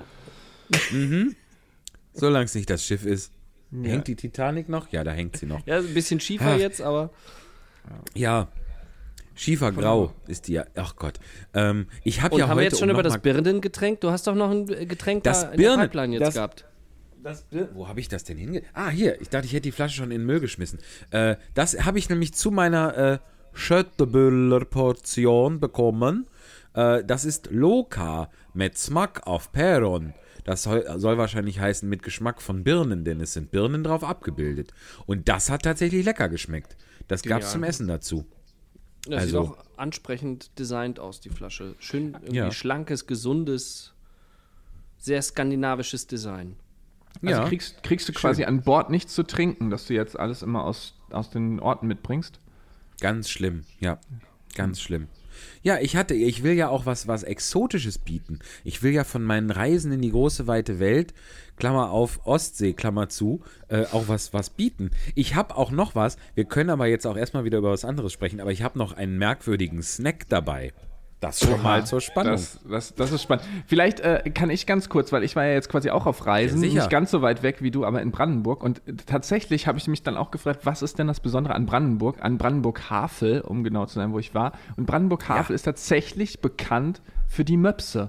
Solange es nicht das Schiff ist. Ja. Hängt die Titanic noch? Ja, da hängt sie noch. Ja, ein bisschen schiefer jetzt, aber... Ja, schiefergrau ist die ja. Ach Gott. Ich habe ja haben heute... wir jetzt schon über das Birnengetränk? Du hast doch noch ein Getränk das in der Pipeline jetzt gehabt. Wo habe ich das denn hier. Ich dachte, ich hätte die Flasche schon in den Müll geschmissen. Das habe ich nämlich zu meiner Schöttebüller-Portion bekommen. Das ist Loka mit Smack auf Päron. Das soll wahrscheinlich heißen mit Geschmack von Birnen, denn es sind Birnen drauf abgebildet. Und das hat tatsächlich lecker geschmeckt. Das gab es zum Essen dazu. Das sieht auch ansprechend designt aus, die Flasche. Schön irgendwie schlankes, gesundes, sehr skandinavisches Design. Also kriegst du quasi an Bord nichts zu trinken, dass du jetzt alles immer aus den Orten mitbringst? Ganz schlimm, ja. Ganz schlimm. Ja, ich will ja auch was Exotisches bieten. Ich will ja von meinen Reisen in die große, weite Welt, Klammer auf, Ostsee, Klammer zu, auch was bieten. Ich habe auch noch was, wir können aber jetzt auch erstmal wieder über was anderes sprechen, aber ich habe noch einen merkwürdigen Snack dabei. Das schon mal zur Spannung. Das ist spannend. Vielleicht kann ich ganz kurz, weil ich war ja jetzt quasi auch auf Reisen, nicht ganz so weit weg wie du, aber in Brandenburg. Und tatsächlich habe ich mich dann auch gefragt, was ist denn das Besondere an Brandenburg? An Brandenburg-Havel, um genau zu sein, wo ich war. Und Brandenburg-Havel ist tatsächlich bekannt für die Möpse.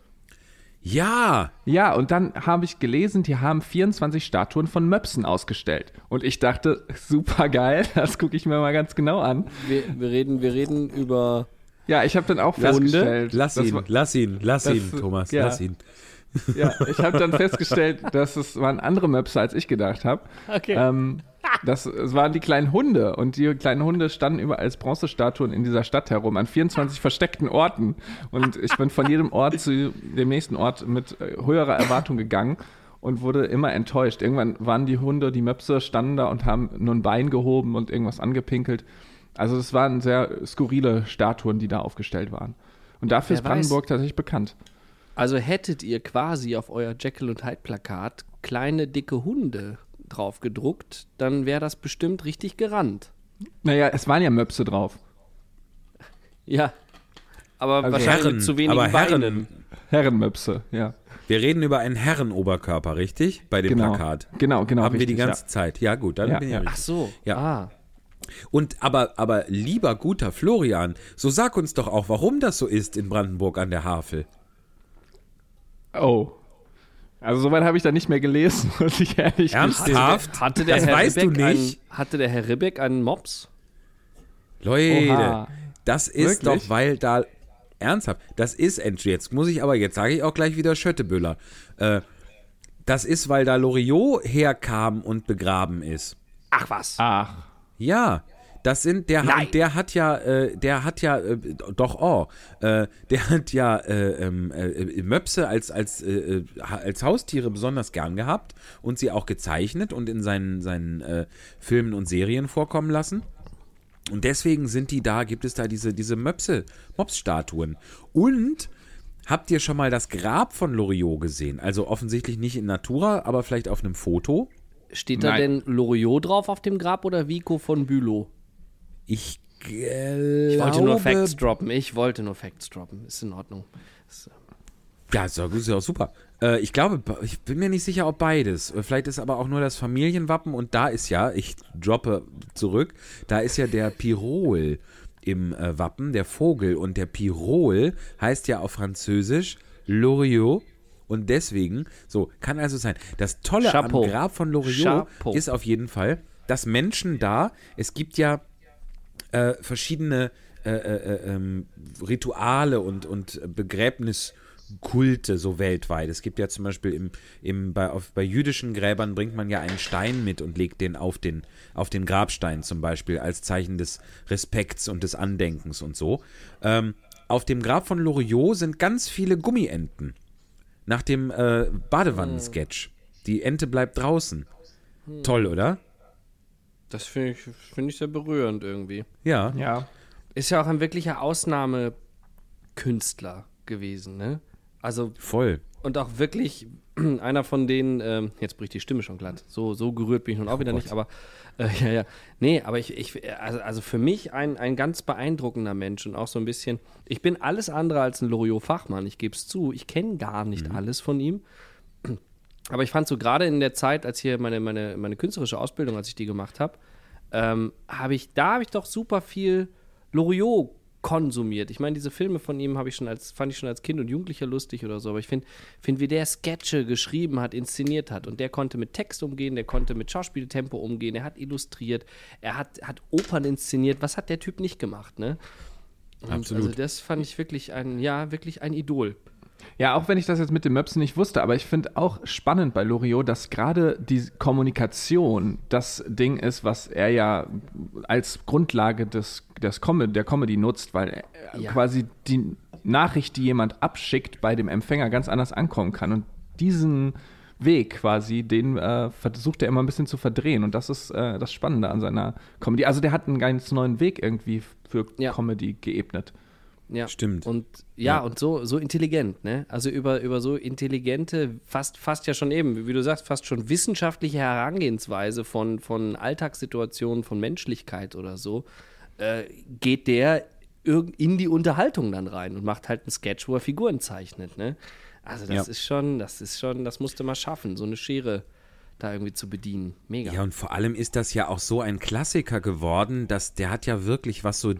Ja. Ja, und dann habe ich gelesen, die haben 24 Statuen von Möpsen ausgestellt. Und ich dachte, super geil, das gucke ich mir mal ganz genau an. Wir reden über... Ja, ich habe dann auch festgestellt... Lass ihn, Thomas, ja. Lass ihn. Ja, ich habe dann festgestellt, dass es waren andere Möpse, als ich gedacht habe. Okay. Es waren die kleinen Hunde. Und die kleinen Hunde standen überall als Bronzestatuen in dieser Stadt herum, an 24 versteckten Orten. Und ich bin von jedem Ort zu dem nächsten Ort mit höherer Erwartung gegangen und wurde immer enttäuscht. Irgendwann waren die Hunde, die Möpse, standen da und haben nur ein Bein gehoben und irgendwas angepinkelt. Also es waren sehr skurrile Statuen, die da aufgestellt waren. Und dafür ist Brandenburg tatsächlich bekannt. Also hättet ihr quasi auf euer Jekyll und Hyde Plakat kleine, dicke Hunde drauf gedruckt, dann wäre das bestimmt richtig gerannt. Naja, es waren ja Möpse drauf. Ja, aber Also wahrscheinlich mit zu wenigen Beinen. Herrenmöpse, ja. Wir reden über einen Herrenoberkörper, richtig? Bei dem Plakat. Genau. Haben wir die richtig, ganze Zeit. Ja, gut, dann bin ich richtig. Ach so, Ja. Und aber lieber guter Florian, so sag uns doch auch, warum das so ist in Brandenburg an der Havel. Oh. Also soweit habe ich da nicht mehr gelesen, muss ich ehrlich Ernsthaft? Hatte der das Herr weißt Ribbeck du nicht? Hatte der Herr Ribbeck einen Mops? Leute, Oha. das ist Wirklich? doch, weil da, ernsthaft, das ist, jetzt sage ich auch gleich wieder Schöttebüller, das ist, weil da Loriot herkam und begraben ist. Ach was. Ach. Ja, das sind, der hat ja Möpse als Haustiere besonders gern gehabt und sie auch gezeichnet und in seinen Filmen und Serien vorkommen lassen. Und deswegen gibt es da diese Mops-Statuen. Und habt ihr schon mal das Grab von Loriot gesehen? Also offensichtlich nicht in Natura, aber vielleicht auf einem Foto. Steht da denn Loriot drauf auf dem Grab oder Vico von Bülow? Ich wollte nur Facts droppen. Ist in Ordnung. Ja, ist ja super. Ich glaube, ich bin mir nicht sicher, ob beides. Vielleicht ist aber auch nur das Familienwappen und da ist ja, ich droppe zurück, da ist ja der Pirol im Wappen, der Vogel. Und der Pirol heißt ja auf Französisch Loriot. Und deswegen, kann also sein. Das Tolle am Grab von Loriot ist auf jeden Fall, dass Menschen da, es gibt ja verschiedene Rituale und Begräbniskulte so weltweit. Es gibt ja zum Beispiel bei jüdischen Gräbern bringt man ja einen Stein mit und legt den auf den Grabstein zum Beispiel als Zeichen des Respekts und des Andenkens und so. Auf dem Grab von Loriot sind ganz viele Gummienten. Nach dem Badewannensketch. Die Ente bleibt draußen. Toll, oder? Das finde ich sehr berührend irgendwie. Ja. Ist ja auch ein wirklicher Ausnahmekünstler gewesen, ne? Also voll. Und auch wirklich einer von denen, jetzt bricht die Stimme schon glatt, so gerührt bin ich nun auch wieder nicht, aber ja. Nee, aber also für mich ein ganz beeindruckender Mensch und auch so ein bisschen, ich bin alles andere als ein Loriot-Fachmann, ich gebe es zu, ich kenne gar nicht alles von ihm, aber ich fand so gerade in der Zeit, als hier meine künstlerische Ausbildung, als ich die gemacht habe, habe ich doch super viel Loriot konsumiert. Ich meine, diese Filme von ihm fand ich schon als Kind und Jugendlicher lustig oder so, aber ich finde, wie der Sketche geschrieben hat, inszeniert hat und der konnte mit Text umgehen, der konnte mit Schauspieltempo umgehen, er hat illustriert, er hat Opern inszeniert, was hat der Typ nicht gemacht, ne? Und Absolut. Also das fand ich wirklich wirklich ein Idol. Ja, auch wenn ich das jetzt mit dem Möpsen nicht wusste, aber ich finde auch spannend bei Loriot, dass gerade die Kommunikation das Ding ist, was er ja als Grundlage der Comedy nutzt, weil quasi die Nachricht, die jemand abschickt, bei dem Empfänger ganz anders ankommen kann. Und diesen Weg quasi, den versucht er immer ein bisschen zu verdrehen. Und das ist das Spannende an seiner Comedy. Also der hat einen ganz neuen Weg irgendwie für Comedy geebnet. Ja, Stimmt. Und und so intelligent, ne? Also über so intelligente, fast ja schon eben, wie du sagst, fast schon wissenschaftliche Herangehensweise von Alltagssituationen, von Menschlichkeit oder so, geht der in die Unterhaltung dann rein und macht halt einen Sketch, wo er Figuren zeichnet, ne? Also das ist schon, das musste man schaffen, so eine Schere da irgendwie zu bedienen. Mega. Ja, und vor allem ist das ja auch so ein Klassiker geworden, dass der hat ja wirklich, was so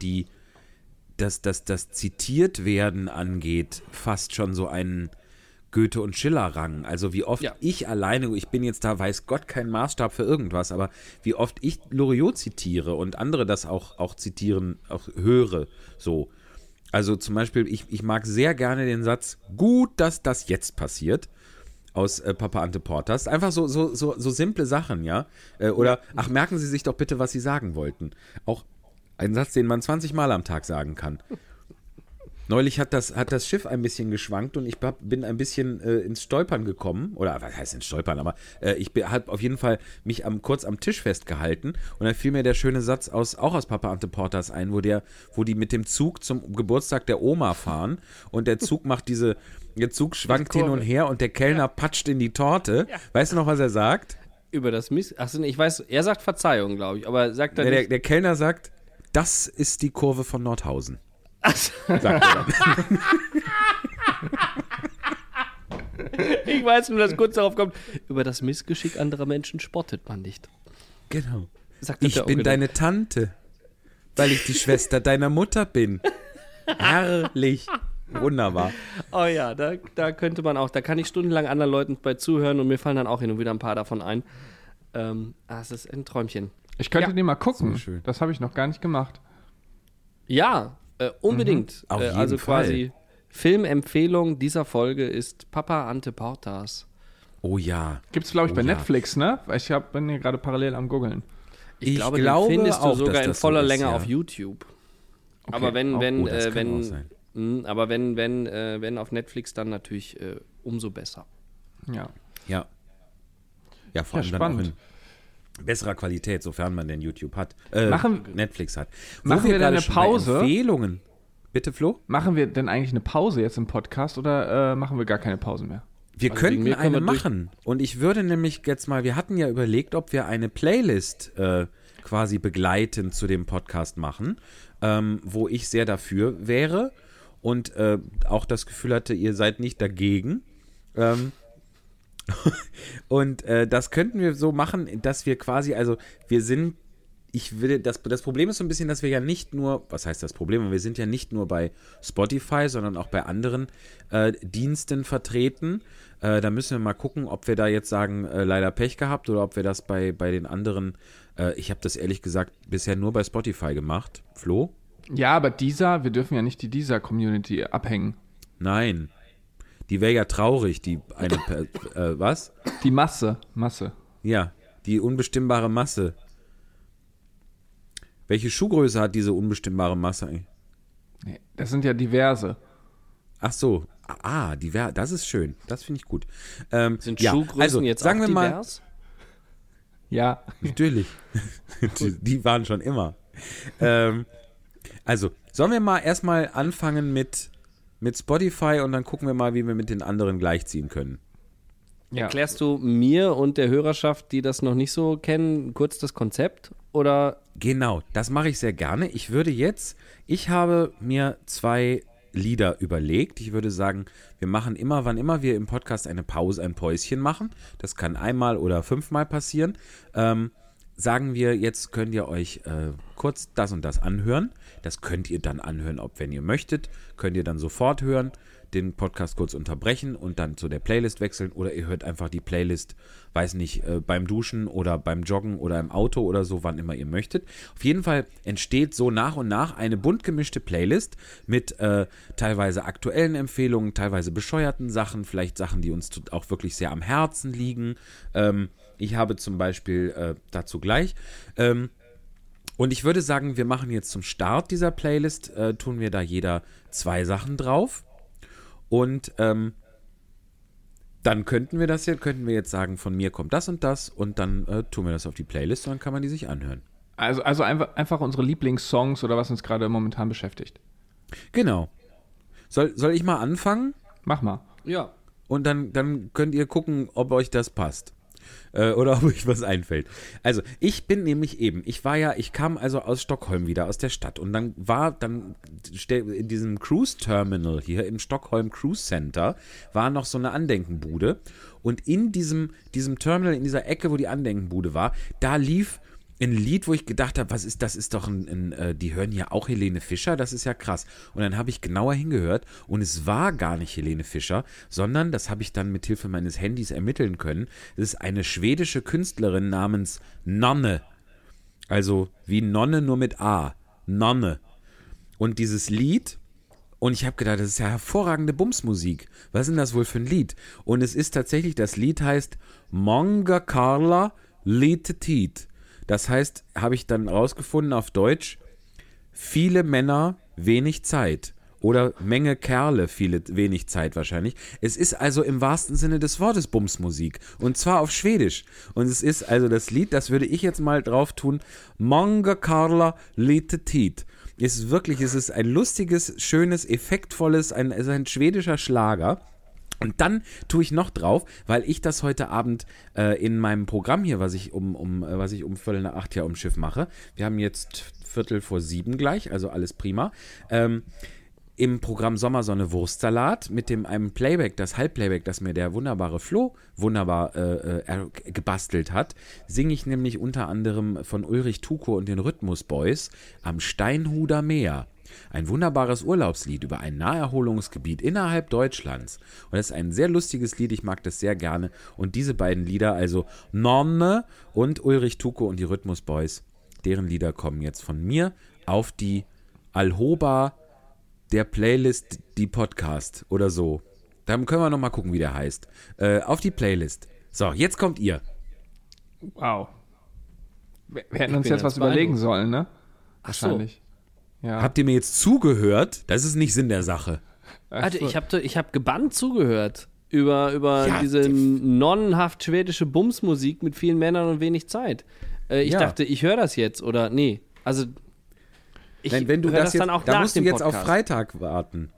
das Zitiertwerden angeht, fast schon so einen Goethe- und Schiller-Rang. Also wie oft ich alleine, ich bin jetzt da, weiß Gott, kein Maßstab für irgendwas, aber wie oft ich Loriot zitiere und andere das auch zitieren, auch höre, so. Also zum Beispiel, ich mag sehr gerne den Satz, gut, dass das jetzt passiert, aus Papa Ante Portas. Einfach so simple Sachen, ja. Oder, ach, merken Sie sich doch bitte, was Sie sagen wollten. Auch ein Satz, den man 20 Mal am Tag sagen kann. Neulich hat das Schiff ein bisschen geschwankt und ich bin ein bisschen ins Stolpern gekommen. Oder was heißt ins Stolpern? Aber ich habe auf jeden Fall mich kurz am Tisch festgehalten. Und dann fiel mir der schöne Satz auch aus Papa Ante Portas ein, wo die mit dem Zug zum Geburtstag der Oma fahren. Und der Zug der Zug schwankt hin und her und der Kellner patscht in die Torte. Ja. Weißt du noch, was er sagt? Über das Achso, ich weiß, er sagt Verzeihung, glaube ich. Aber sagt er nicht... Der Kellner sagt, das ist die Kurve von Nordhausen. Sagt er dann. Ich weiß, wenn das kurz darauf kommt. Über das Missgeschick anderer Menschen spottet man nicht. Genau. Sagt ich bin deine Tante, weil ich die Schwester deiner Mutter bin. Herrlich. Wunderbar. Oh ja, da könnte man auch, da kann ich stundenlang anderen Leuten bei zuhören und mir fallen dann auch hin und wieder ein paar davon ein. Es ist ein Träumchen. Ich könnte den mal gucken. Schön. Das habe ich noch gar nicht gemacht. Ja, unbedingt. Auf jeden also Fall. quasi Filmempfehlung dieser Folge ist Papa Ante Portas. Oh ja. Gibt's, glaube ich, bei ja. Netflix, ne? Ich bin hier gerade parallel am Googeln. Ich glaube, glaube den findest du auch, sogar dass in das so voller ist, Länge ja. auf YouTube. Okay. Aber das kann auch sein. Aber wenn auf Netflix, dann natürlich umso besser. Ja. Ja. Ja, vor allem dann auch in besserer Qualität, sofern man denn YouTube hat. Netflix hat. Machen wir denn eine Pause? Empfehlungen. Bitte, Flo? Machen wir denn eigentlich eine Pause jetzt im Podcast oder machen wir gar keine Pause mehr? Wir Also könnten wegen mir können eine wir durch- machen. Und ich würde nämlich jetzt mal, wir hatten ja überlegt, ob wir eine Playlist quasi begleitend zu dem Podcast machen, wo ich sehr dafür wäre und auch das Gefühl hatte, ihr seid nicht dagegen. Und das könnten wir so machen, dass wir quasi, also wir sind, das Problem ist so ein bisschen, dass wir ja nicht nur, was heißt das Problem? Wir sind ja nicht nur bei Spotify, sondern auch bei anderen Diensten vertreten. Da müssen wir mal gucken, ob wir da jetzt sagen, leider Pech gehabt oder ob wir das bei den anderen, ich habe das ehrlich gesagt bisher nur bei Spotify gemacht. Flo? Ja, aber wir dürfen ja nicht die Community abhängen. Nein. Die wäre ja traurig, was? Die Masse. Ja, die unbestimmbare Masse. Welche Schuhgröße hat diese unbestimmbare Masse eigentlich? Nee, das sind ja diverse. Ach so, das ist schön. Das finde ich gut. Sind Schuhgrößen jetzt sagen auch wir mal, divers? Ja. natürlich. die waren schon immer. Also, sollen wir mal erstmal anfangen mit Spotify und dann gucken wir mal, wie wir mit den anderen gleichziehen können. Ja. Erklärst du mir und der Hörerschaft, die das noch nicht so kennen, kurz das Konzept? Oder? Genau, das mache ich sehr gerne. Ich habe mir 2 Lieder überlegt. Ich würde sagen, wir machen immer, wann immer wir im Podcast eine Pause, ein Päuschen machen. Das kann einmal oder 5-mal passieren. Sagen wir, jetzt könnt ihr euch kurz das und das anhören. Das könnt ihr dann anhören, wenn ihr möchtet. Könnt ihr dann sofort hören. den Podcast kurz unterbrechen und dann zu der Playlist wechseln oder ihr hört einfach die Playlist, weiß nicht, beim Duschen oder beim Joggen oder im Auto oder so, wann immer ihr möchtet. Auf jeden Fall entsteht so nach und nach eine bunt gemischte Playlist mit teilweise aktuellen Empfehlungen, teilweise bescheuerten Sachen, vielleicht Sachen, die uns auch wirklich sehr am Herzen liegen. Ich habe zum Beispiel dazu gleich und ich würde sagen, wir machen jetzt zum Start dieser Playlist, tun wir da jeder 2 Sachen drauf. Und dann könnten wir jetzt sagen, von mir kommt das und dann tun wir das auf die Playlist und dann kann man die sich anhören. Also einfach unsere Lieblingssongs oder was uns gerade momentan beschäftigt. Genau. Soll ich mal anfangen? Mach mal. Ja. Und dann könnt ihr gucken, ob euch das passt. Oder ob euch was einfällt. Also, ich kam also aus Stockholm wieder, aus der Stadt. Und dann in diesem Cruise Terminal hier im Stockholm Cruise Center war noch so eine Andenkenbude. Und in diesem Terminal, in dieser Ecke, wo die Andenkenbude war, da lief ein Lied, wo ich gedacht habe, was ist das? Ist doch die hören hier auch Helene Fischer, das ist ja krass. Und dann habe ich genauer hingehört und es war gar nicht Helene Fischer, sondern, das habe ich dann mit Hilfe meines Handys ermitteln können, das ist eine schwedische Künstlerin namens Nonne. Also wie Nonne, nur mit A. Nonne. Und dieses Lied, und ich habe gedacht, das ist ja hervorragende Bumsmusik. Was ist denn das wohl für ein Lied? Und es ist tatsächlich, das Lied heißt Många Karlar, lite tid. Das heißt, habe ich dann rausgefunden auf Deutsch, viele Männer, wenig Zeit. Oder Menge Kerle, wenig Zeit wahrscheinlich. Es ist also im wahrsten Sinne des Wortes Bumsmusik. Und zwar auf Schwedisch. Und es ist also das Lied, das würde ich jetzt mal drauf tun, Många Karlar, lite tid. Es ist ein lustiges, schönes, effektvolles, ein schwedischer Schlager. Und dann tue ich noch drauf, weil ich das heute Abend in meinem Programm hier, was ich um 7:15 ja um Schiff mache. Wir haben jetzt 6:45 gleich, also alles prima. Im Programm Sommersonne Wurstsalat mit einem Playback, das Halbplayback, das mir der wunderbare Flo wunderbar gebastelt hat, singe ich nämlich unter anderem von Ulrich Tuko und den Rhythmus Boys am Steinhuder Meer. Ein wunderbares Urlaubslied über ein Naherholungsgebiet innerhalb Deutschlands. Und das ist ein sehr lustiges Lied, ich mag das sehr gerne. Und diese beiden Lieder, also Nonne und Ulrich Tuko und die Rhythmus Boys, deren Lieder kommen jetzt von mir auf die Alhoba der Playlist, die Podcast oder so. Dann können wir nochmal gucken, wie der heißt. Auf die Playlist. So, jetzt kommt ihr. Wow. Wir hätten uns jetzt was überlegen sollen, ne? Wahrscheinlich. Ja. Habt ihr mir jetzt zugehört? Das ist nicht Sinn der Sache. Alter, ich hab gebannt zugehört über diese nonnenhaft schwedische Bumsmusik mit vielen Männern und wenig Zeit. Ich dachte, ich höre das jetzt oder nee. Also wenn du das jetzt, dann auch da nach musst du dem jetzt Podcast. auf Freitag warten.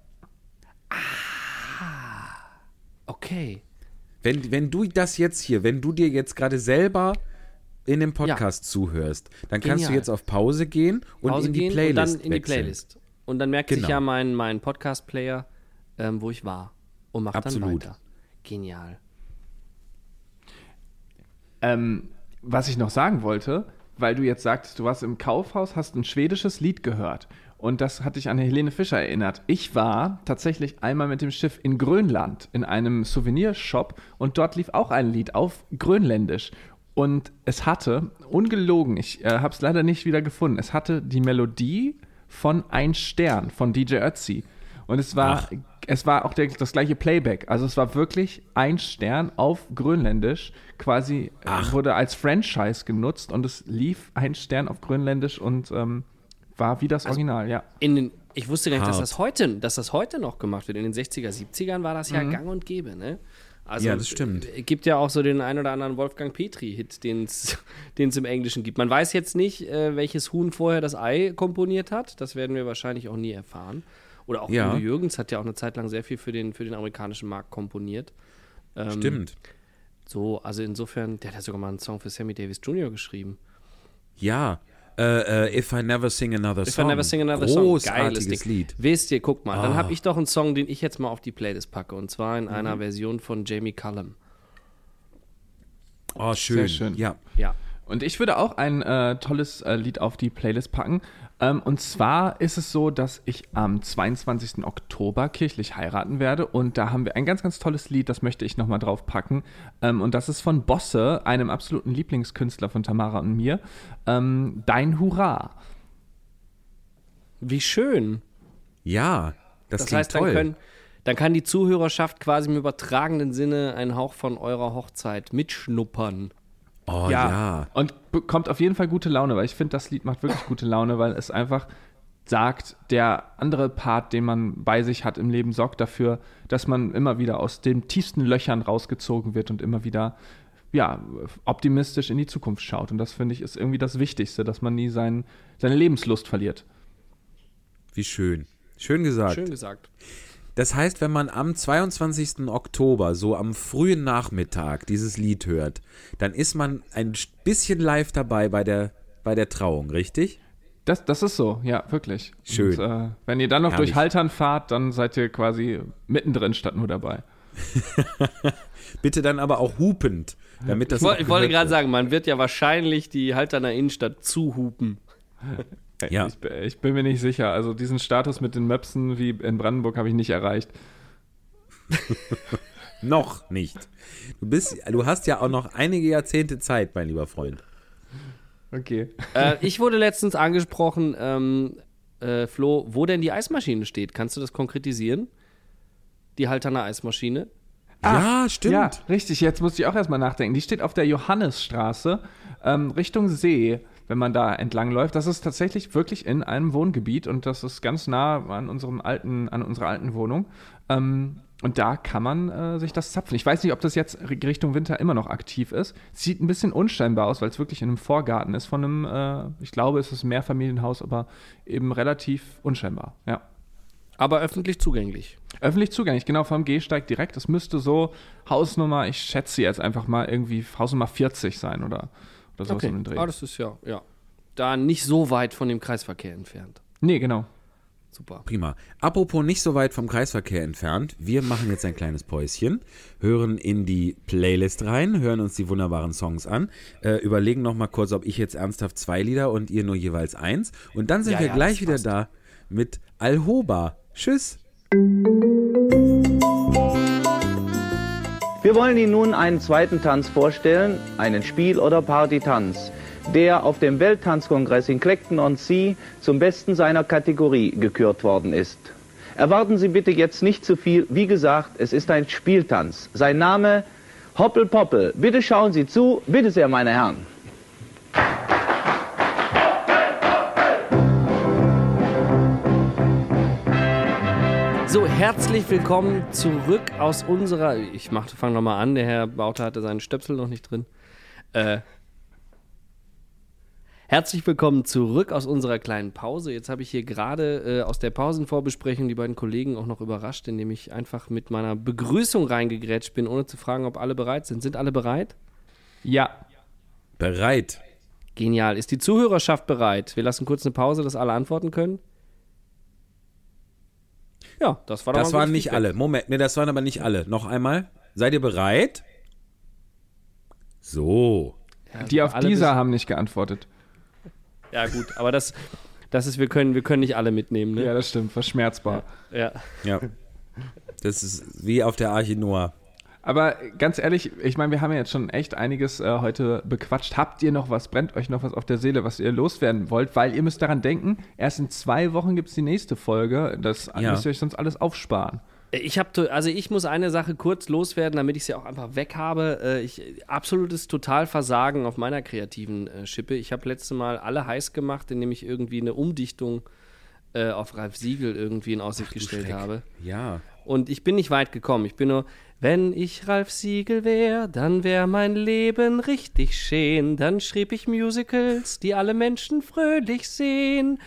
Okay. Wenn du dir jetzt gerade selber in dem Podcast zuhörst, dann kannst du jetzt auf Pause gehen und in die Playlist und dann in die Playlist. Und dann merkt sich ja mein Podcast-Player, wo ich war und macht dann weiter. Genial. Was ich noch sagen wollte, weil du jetzt sagtest, du warst im Kaufhaus, hast ein schwedisches Lied gehört und das hat dich an Helene Fischer erinnert. Ich war tatsächlich einmal mit dem Schiff in Grönland in einem Souvenirshop und dort lief auch ein Lied auf Grönländisch. Und es hatte, ungelogen, ich habe es leider nicht wieder gefunden, es hatte die Melodie von Ein Stern von DJ Ötzi. Und es war auch das gleiche Playback. Also es war wirklich Ein Stern auf Grönländisch. Quasi wurde als Franchise genutzt und es lief Ein Stern auf Grönländisch und war wie das Original, ja. Ich wusste gar nicht, dass das heute noch gemacht wird. In den 60er, 70ern war das ja gang und gäbe, ne? Also, ja, das stimmt. Gibt ja auch so den ein oder anderen Wolfgang Petri-Hit, den es im Englischen gibt. Man weiß jetzt nicht, welches Huhn vorher das Ei komponiert hat. Das werden wir wahrscheinlich auch nie erfahren. Oder auch Udo Jürgens hat ja auch eine Zeit lang sehr viel für den amerikanischen Markt komponiert. Stimmt. So, also insofern, der hat ja sogar mal einen Song für Sammy Davis Jr. geschrieben. Ja, If I Never Sing Another Song. Großartiges Lied. Wisst ihr, guck mal, dann habe ich doch einen Song, den ich jetzt mal auf die Playlist packe. Und zwar in einer Version von Jamie Cullum. Oh, schön. Sehr schön. Ja. Und ich würde auch ein tolles Lied auf die Playlist packen. Und zwar ist es so, dass ich am 22. Oktober kirchlich heiraten werde und da haben wir ein ganz, ganz tolles Lied, das möchte ich nochmal drauf packen. Und das ist von Bosse, einem absoluten Lieblingskünstler von Tamara und mir. Dein Hurra. Wie schön. Ja, das klingt heißt, toll. dann kann die Zuhörerschaft quasi im übertragenen Sinne einen Hauch von eurer Hochzeit mitschnuppern. Oh ja. Und bekommt auf jeden Fall gute Laune, weil ich finde, das Lied macht wirklich gute Laune, weil es einfach sagt, der andere Part, den man bei sich hat im Leben, sorgt dafür, dass man immer wieder aus den tiefsten Löchern rausgezogen wird und immer wieder optimistisch in die Zukunft schaut. Und das, finde ich, ist irgendwie das Wichtigste, dass man nie seine Lebenslust verliert. Wie schön. Schön gesagt. Schön gesagt. Das heißt, wenn man am 22. Oktober, so am frühen Nachmittag, dieses Lied hört, dann ist man ein bisschen live dabei bei der Trauung, richtig? Das ist so, ja, wirklich. Schön. Und, wenn ihr dann noch Herrlich. durch Haltern fahrt, dann seid ihr quasi mittendrin statt nur dabei. Bitte dann aber auch hupend, damit das Ich wollte gerade sagen, man wird ja wahrscheinlich die Halterner Innenstadt zuhupen. Ja. Ich bin mir nicht sicher. Also diesen Status mit den Möpsen wie in Brandenburg habe ich nicht erreicht. Noch nicht. Du hast ja auch noch einige Jahrzehnte Zeit, mein lieber Freund. Okay. Ich wurde letztens angesprochen, Flo, wo denn die Eismaschine steht. Kannst du das konkretisieren? Die Halterner Eismaschine. Ja, stimmt. Ja, richtig. Jetzt muss ich auch erstmal nachdenken. Die steht auf der Johannisstraße Richtung See, wenn man da entlang läuft. Das ist tatsächlich wirklich in einem Wohngebiet und das ist ganz nah an unserer alten Wohnung. Und da kann man sich das zapfen. Ich weiß nicht, ob das jetzt Richtung Winter immer noch aktiv ist. Sieht ein bisschen unscheinbar aus, weil es wirklich in einem Vorgarten ist von einem, ich glaube, es ist ein Mehrfamilienhaus, aber eben relativ unscheinbar, ja. Aber öffentlich zugänglich. Öffentlich zugänglich, genau, vom Gehsteig direkt. Das müsste so Hausnummer, ich schätze jetzt einfach mal irgendwie Hausnummer 40 sein oder sowas Okay, um den Dreh. das ist ja. Da nicht so weit von dem Kreisverkehr entfernt. Nee, genau. Super. Prima. Apropos nicht so weit vom Kreisverkehr entfernt, wir machen jetzt ein kleines Päuschen, hören in die Playlist rein, hören uns die wunderbaren Songs an, überlegen noch mal kurz, ob ich jetzt ernsthaft 2 Lieder und ihr nur jeweils 1 und dann sind wir gleich wieder da mit Alhoba. Tschüss. Wir wollen Ihnen nun einen zweiten Tanz vorstellen, einen Spiel- oder Partytanz, der auf dem Welttanzkongress in Clacton-on-Sea zum Besten seiner Kategorie gekürt worden ist. Erwarten Sie bitte jetzt nicht zu viel. Wie gesagt, es ist ein Spieltanz. Sein Name Hoppel Poppel. Bitte schauen Sie zu. Bitte sehr, meine Herren. So, herzlich willkommen zurück aus unserer. Fange nochmal an, der Herr Bauter hatte seinen Stöpsel noch nicht drin. Herzlich willkommen zurück aus unserer kleinen Pause. Jetzt habe ich hier gerade aus der Pausenvorbesprechung die beiden Kollegen auch noch überrascht, indem ich einfach mit meiner Begrüßung reingegrätscht bin, ohne zu fragen, ob alle bereit sind. Sind alle bereit? Ja. Bereit. Genial. Ist die Zuhörerschaft bereit? Wir lassen kurz eine Pause, dass alle antworten können. Ja, das war doch Das mal waren gut nicht Feedback. alle. Moment, das waren aber nicht alle. Noch einmal. Seid ihr bereit? So. Ja, Die auf alle dieser haben nicht geantwortet. Ja, gut, aber das ist, wir können nicht alle mitnehmen, ne? Ja, das stimmt, verschmerzbar. Ja. Ja. Das ist wie auf der Arche Noah. Aber ganz ehrlich, ich meine, wir haben ja jetzt schon echt einiges heute bequatscht. Habt ihr noch was, brennt euch noch was auf der Seele, was ihr loswerden wollt? Weil ihr müsst daran denken, erst in 2 Wochen gibt es die nächste Folge. Das müsst ihr euch sonst alles aufsparen. Ich muss eine Sache kurz loswerden, damit ich sie auch einfach weg habe. Absolutes Totalversagen auf meiner kreativen Schippe. Ich habe letztes Mal alle heiß gemacht, indem ich irgendwie eine Umdichtung auf Ralf Siegel irgendwie in Aussicht gestellt habe. Ja. Und ich bin nicht weit gekommen. Ich bin nur, wenn ich Ralf Siegel wäre, dann wäre mein Leben richtig schön. Dann schrieb ich Musicals, die alle Menschen fröhlich sehen.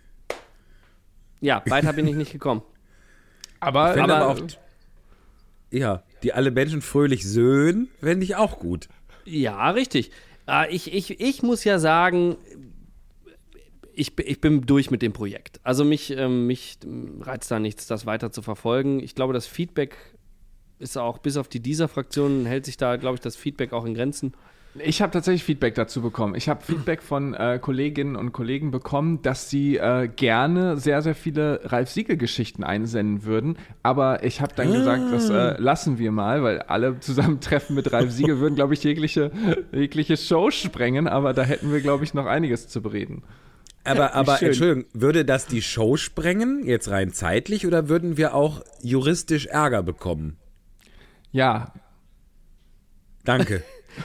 Ja, weiter bin ich nicht gekommen. Aber auch, ja, die alle Menschen fröhlich söhnen, fände ich auch gut. Ja, richtig. Ich muss ja sagen, ich bin durch mit dem Projekt. Also mich reizt da nichts, das weiter zu verfolgen. Ich glaube, das Feedback ist auch, bis auf die dieser Fraktion hält sich da, glaube ich, das Feedback auch in Grenzen. Ich habe tatsächlich Feedback dazu bekommen. Ich habe Feedback von Kolleginnen und Kollegen bekommen, dass sie gerne sehr, sehr viele Ralf-Siegel-Geschichten einsenden würden. Aber ich habe dann gesagt, das lassen wir mal, weil alle Zusammentreffen mit Ralf Siegel würden, glaube ich, jegliche Show sprengen. Aber da hätten wir, glaube ich, noch einiges zu bereden. Aber Entschuldigung, würde das die Show sprengen, jetzt rein zeitlich, oder würden wir auch juristisch Ärger bekommen? Ja. Danke.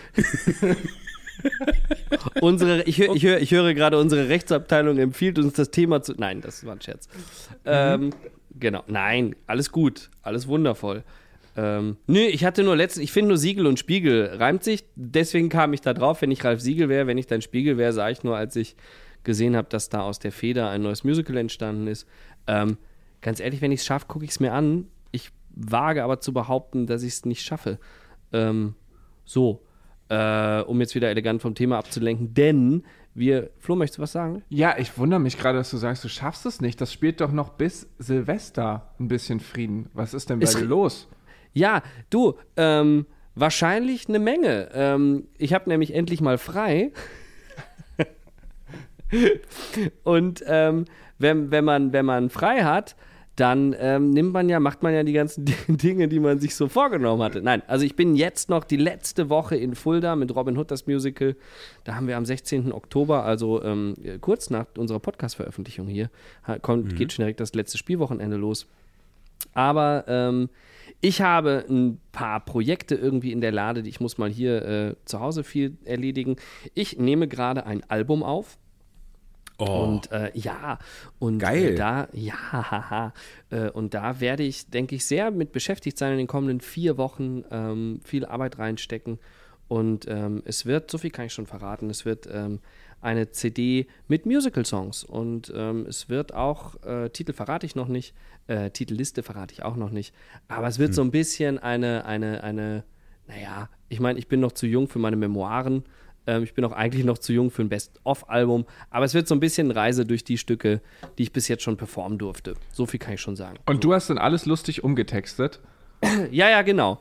Ich höre gerade, unsere Rechtsabteilung empfiehlt uns das Thema zu. Nein, das war ein Scherz. Genau. Nein, alles gut. Alles wundervoll. Ich hatte nur ich finde nur Siegel und Spiegel reimt sich. Deswegen kam ich da drauf, wenn ich Ralf Siegel wäre, wenn ich dein Spiegel wäre, sah ich nur, als ich gesehen habe, dass da aus der Feder ein neues Musical entstanden ist. Ganz ehrlich, wenn ich es schaffe, gucke ich es mir an. Ich wage aber zu behaupten, dass ich es nicht schaffe. Um jetzt wieder elegant vom Thema abzulenken, denn Flo, möchtest du was sagen? Ja, ich wundere mich gerade, dass du sagst, du schaffst es nicht. Das spielt doch noch bis Silvester ein bisschen Frieden. Was ist denn bei dir los? Ja, du, wahrscheinlich eine Menge. Ich habe nämlich endlich mal frei. Und wenn man frei hat, dann macht man ja die ganzen Dinge, die man sich so vorgenommen hatte. Nein, also ich bin jetzt noch die letzte Woche in Fulda mit Robin Hood, das Musical. Da haben wir am 16. Oktober, also kurz nach unserer Podcast-Veröffentlichung hier, geht schon direkt das letzte Spielwochenende los. Aber ich habe ein paar Projekte irgendwie in der Lade, ich muss mal hier zu Hause viel erledigen. Ich nehme gerade ein Album auf. Oh. Und geil. Und da werde ich, denke ich, sehr mit beschäftigt sein in den kommenden 4 Wochen, viel Arbeit reinstecken. Und es wird, so viel kann ich schon verraten, es wird eine CD mit Musical-Songs. Und es wird auch, Titel verrate ich noch nicht, Titelliste verrate ich auch noch nicht. Aber es wird so ein bisschen ich meine, ich bin noch zu jung für meine Memoiren. Ich bin auch eigentlich noch zu jung für ein Best-of-Album, aber es wird so ein bisschen eine Reise durch die Stücke, die ich bis jetzt schon performen durfte. So viel kann ich schon sagen. Und du hast dann alles lustig umgetextet? Ja, genau.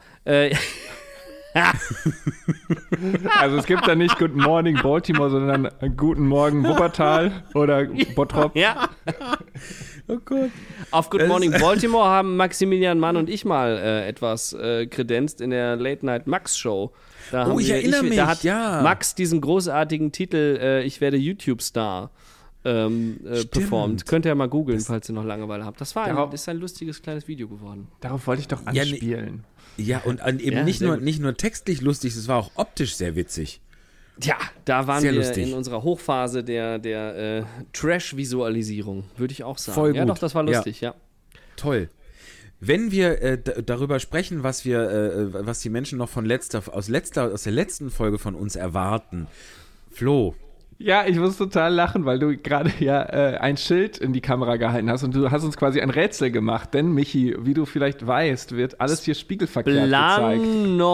Also es gibt da nicht Guten Morning Baltimore, sondern Guten Morgen Wuppertal oder Bottrop. Ja. Oh Gott. Auf Good Morning Baltimore haben Maximilian Mann und ich mal etwas kredenzt in der Late Night Max Show. Da hat Max diesen großartigen Titel Ich werde YouTube-Star performt. Könnt ihr ja mal googeln, falls ihr noch Langeweile habt. Das ist ein lustiges kleines Video geworden. Darauf wollte ich doch anspielen. Ja, und eben nicht nur textlich lustig, es war auch optisch sehr witzig. Ja, da waren sehr wir lustig. in unserer Hochphase der Trash-Visualisierung, würde ich auch sagen. Voll gut. Ja, doch, das war lustig, ja. Toll. Wenn wir darüber sprechen, was die Menschen noch aus der letzten Folge von uns erwarten, Flo. Ja, ich muss total lachen, weil du gerade ein Schild in die Kamera gehalten hast und du hast uns quasi ein Rätsel gemacht, denn Michi, wie du vielleicht weißt, wird alles hier spiegelverkehrt gezeigt.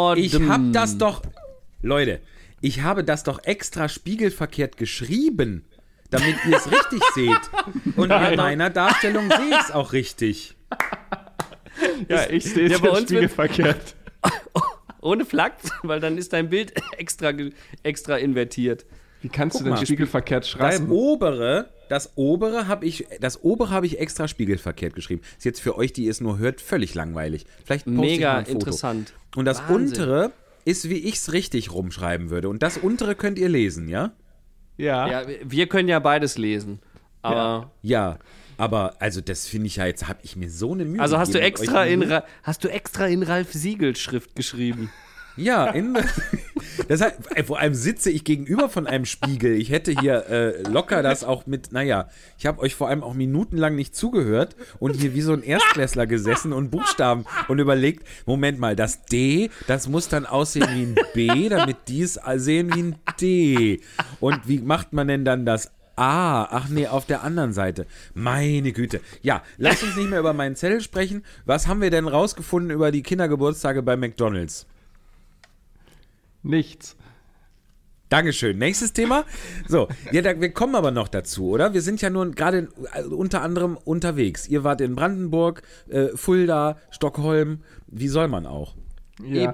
Ich habe das doch extra spiegelverkehrt geschrieben, damit ihr es richtig seht. Und in meiner Darstellung sehe ich es auch richtig. Ja, ich sehe es ja spiegelverkehrt. Ohne Flachs, weil dann ist dein Bild extra invertiert. Wie kannst du denn spiegelverkehrt schreiben? Das obere habe ich extra spiegelverkehrt geschrieben. Ist jetzt für euch, die es nur hört, völlig langweilig. Vielleicht poste ich mal ein Foto. Interessant. Und das untere ist, wie ich es richtig rumschreiben würde. Und das untere könnt ihr lesen, ja? Ja, wir können ja beides lesen. Aber ja, aber also das finde ich ja, jetzt habe ich mir so eine Mühe Also hast du extra in Ralf Siegel Schrift geschrieben? Ja, das heißt, vor allem sitze ich gegenüber von einem Spiegel. Ich hätte hier locker das auch ich habe euch vor allem auch minutenlang nicht zugehört und hier wie so ein Erstklässler gesessen und Buchstaben und überlegt, Moment mal, das D, das muss dann aussehen wie ein B, damit die es sehen wie ein D. Und wie macht man denn dann das A? Ach nee, auf der anderen Seite. Meine Güte. Ja, lasst uns nicht mehr über meinen Zettel sprechen. Was haben wir denn rausgefunden über die Kindergeburtstage bei McDonald's? Nichts. Dankeschön. Nächstes Thema. So, wir kommen aber noch dazu, oder? Wir sind ja nun gerade unter anderem unterwegs. Ihr wart in Brandenburg, Fulda, Stockholm. Wie soll man auch? Ja. Eben.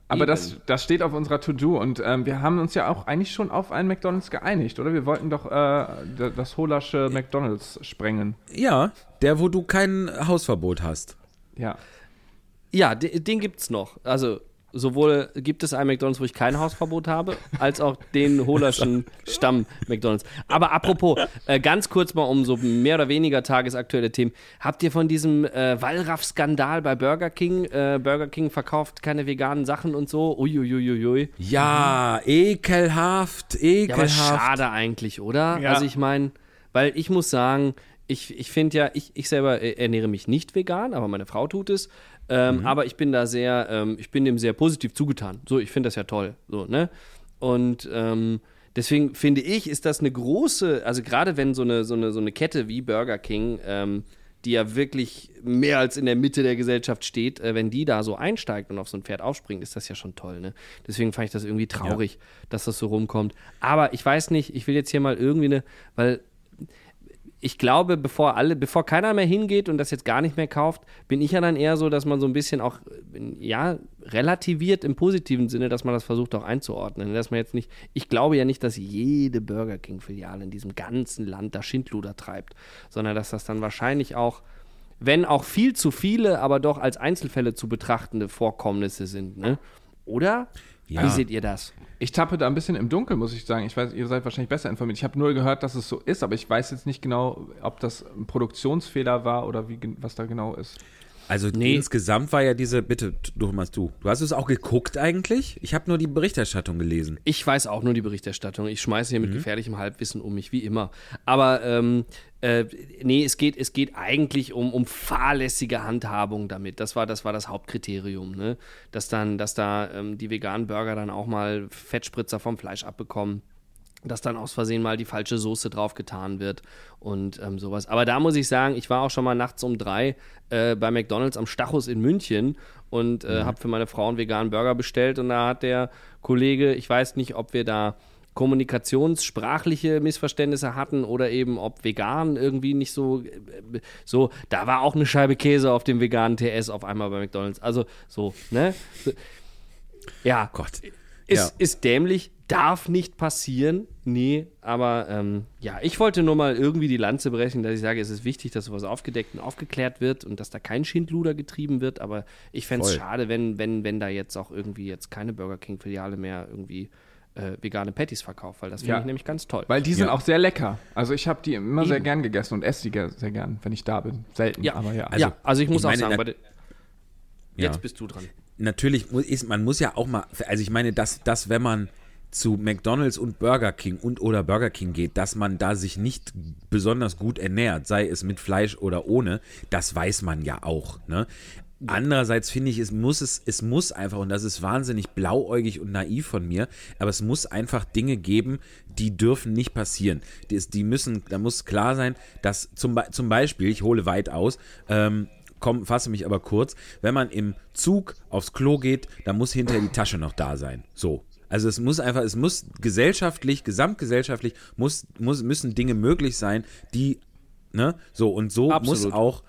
Aber das steht auf unserer To-Do und wir haben uns ja auch eigentlich schon auf einen McDonald's geeinigt, oder? Wir wollten doch das Hohlersche McDonald's sprengen. Ja, der, wo du kein Hausverbot hast. Ja. Ja, den gibt's noch. Also sowohl gibt es einen McDonald's, wo ich kein Hausverbot habe, als auch den Hohlerschen Stamm-McDonald's. Aber apropos, ganz kurz mal um so mehr oder weniger tagesaktuelle Themen. Habt ihr von diesem Wallraff-Skandal bei Burger King? Burger King verkauft keine veganen Sachen und so. Uiuiuiui. Ja, ekelhaft. Ja, aber schade eigentlich, oder? Ja. Also ich meine, weil ich muss sagen, ich finde ja, ich selber ernähre mich nicht vegan, aber meine Frau tut es. Aber ich bin da ich bin dem sehr positiv zugetan. So, ich finde das ja toll. So, ne? Und deswegen finde ich, ist das eine große, also gerade wenn so eine Kette wie Burger King, die ja wirklich mehr als in der Mitte der Gesellschaft steht, wenn die da so einsteigt und auf so ein Pferd aufspringt, ist das ja schon toll, ne? Deswegen fand ich das irgendwie traurig, dass das so rumkommt. Aber ich weiß nicht, ich will jetzt hier mal irgendwie weil ich glaube, bevor keiner mehr hingeht und das jetzt gar nicht mehr kauft, bin ich ja dann eher so, dass man so ein bisschen auch, ja, relativiert im positiven Sinne, dass man das versucht auch einzuordnen. Dass man jetzt nicht, ich glaube ja nicht, dass jede Burger King-Filiale in diesem ganzen Land da Schindluder treibt, sondern dass das dann wahrscheinlich auch, wenn auch viel zu viele, aber doch als Einzelfälle zu betrachtende Vorkommnisse sind, ne? Oder? Ja. Wie seht ihr das? Ich tappe da ein bisschen im Dunkeln, muss ich sagen. Ich weiß, ihr seid wahrscheinlich besser informiert. Ich habe nur gehört, dass es so ist, aber ich weiß jetzt nicht genau, ob das ein Produktionsfehler war oder was da genau ist. Also insgesamt war ja bitte, du hast es auch geguckt eigentlich? Ich habe nur die Berichterstattung gelesen. Ich weiß auch nur die Berichterstattung. Ich schmeiße hier mit gefährlichem Halbwissen um mich, wie immer. Aber es geht eigentlich um fahrlässige Handhabung damit. Das war das Hauptkriterium, ne? Dass da die veganen Burger dann auch mal Fettspritzer vom Fleisch abbekommen. Dass dann aus Versehen mal die falsche Soße drauf getan wird und sowas. Aber da muss ich sagen, ich war auch schon mal nachts um 3 bei McDonald's am Stachus in München und habe für meine Frau einen veganen Burger bestellt und da hat der Kollege, ich weiß nicht, ob wir da kommunikationssprachliche Missverständnisse hatten oder eben ob vegan irgendwie nicht so, da war auch eine Scheibe Käse auf dem veganen TS auf einmal bei McDonald's. Also so, ne? Ja, Gott. Ist dämlich, darf nicht passieren, nee, aber ja, ich wollte nur mal irgendwie die Lanze brechen, dass ich sage, es ist wichtig, dass sowas aufgedeckt und aufgeklärt wird und dass da kein Schindluder getrieben wird, aber ich fände es schade, wenn da jetzt auch irgendwie jetzt keine Burger King-Filiale mehr irgendwie vegane Patties verkauft, weil das finde ich nämlich ganz toll. Weil die sind auch sehr lecker. Also ich habe die immer sehr gern gegessen und esse die sehr gern, wenn ich da bin. Selten, aber ja. Also ich muss auch sagen, Ja. Jetzt bist du dran. Natürlich man muss ja auch mal, also ich meine, dass wenn man zu McDonald's und Burger King oder Burger King geht, dass man da sich nicht besonders gut ernährt, sei es mit Fleisch oder ohne, das weiß man ja auch, ne? Andererseits finde ich, es muss einfach, und das ist wahnsinnig blauäugig und naiv von mir, aber es muss einfach Dinge geben, die dürfen nicht passieren. Da muss klar sein, dass zum Beispiel, ich hole weit aus, fasse mich aber kurz, wenn man im Zug aufs Klo geht, dann muss hinterher die Tasche noch da sein. So. Also es muss gesamtgesellschaftlich müssen Dinge möglich sein, die, ne, so und so Absolut.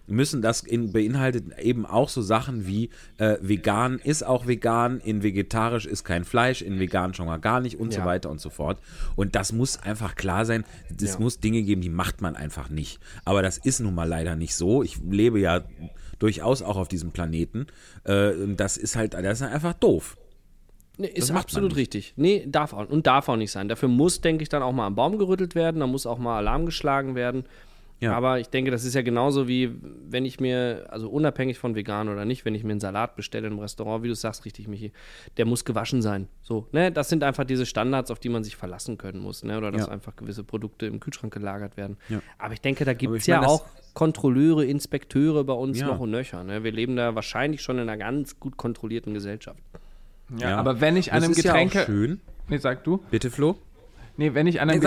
beinhaltet eben auch so Sachen wie vegan ist auch vegan, in vegetarisch ist kein Fleisch, in vegan schon mal gar nicht und so weiter und so fort. Und das muss einfach klar sein, es muss Dinge geben, die macht man einfach nicht. Aber das ist nun mal leider nicht so. Ich lebe ja durchaus auch auf diesem Planeten. Das ist einfach doof. Nee, ist absolut richtig. Nee, darf auch nicht sein. Dafür muss, denke ich, dann auch mal am Baum gerüttelt werden, da muss auch mal Alarm geschlagen werden. Ja. Aber ich denke, das ist ja genauso wie, wenn ich mir, also unabhängig von vegan oder nicht, wenn ich mir einen Salat bestelle im Restaurant, wie du sagst, richtig, Michi, der muss gewaschen sein. So, ne, das sind einfach diese Standards, auf die man sich verlassen können muss, ne, oder dass einfach gewisse Produkte im Kühlschrank gelagert werden. Ja. Aber ich denke, da gibt es auch Kontrolleure, Inspekteure bei uns noch und nöcher. Ne? Wir leben da wahrscheinlich schon in einer ganz gut kontrollierten Gesellschaft. Ja, aber wenn ich an einem Getränke... Ja auch schön. Nee, sag du. Bitte, Flo? Nee, wenn ich an einem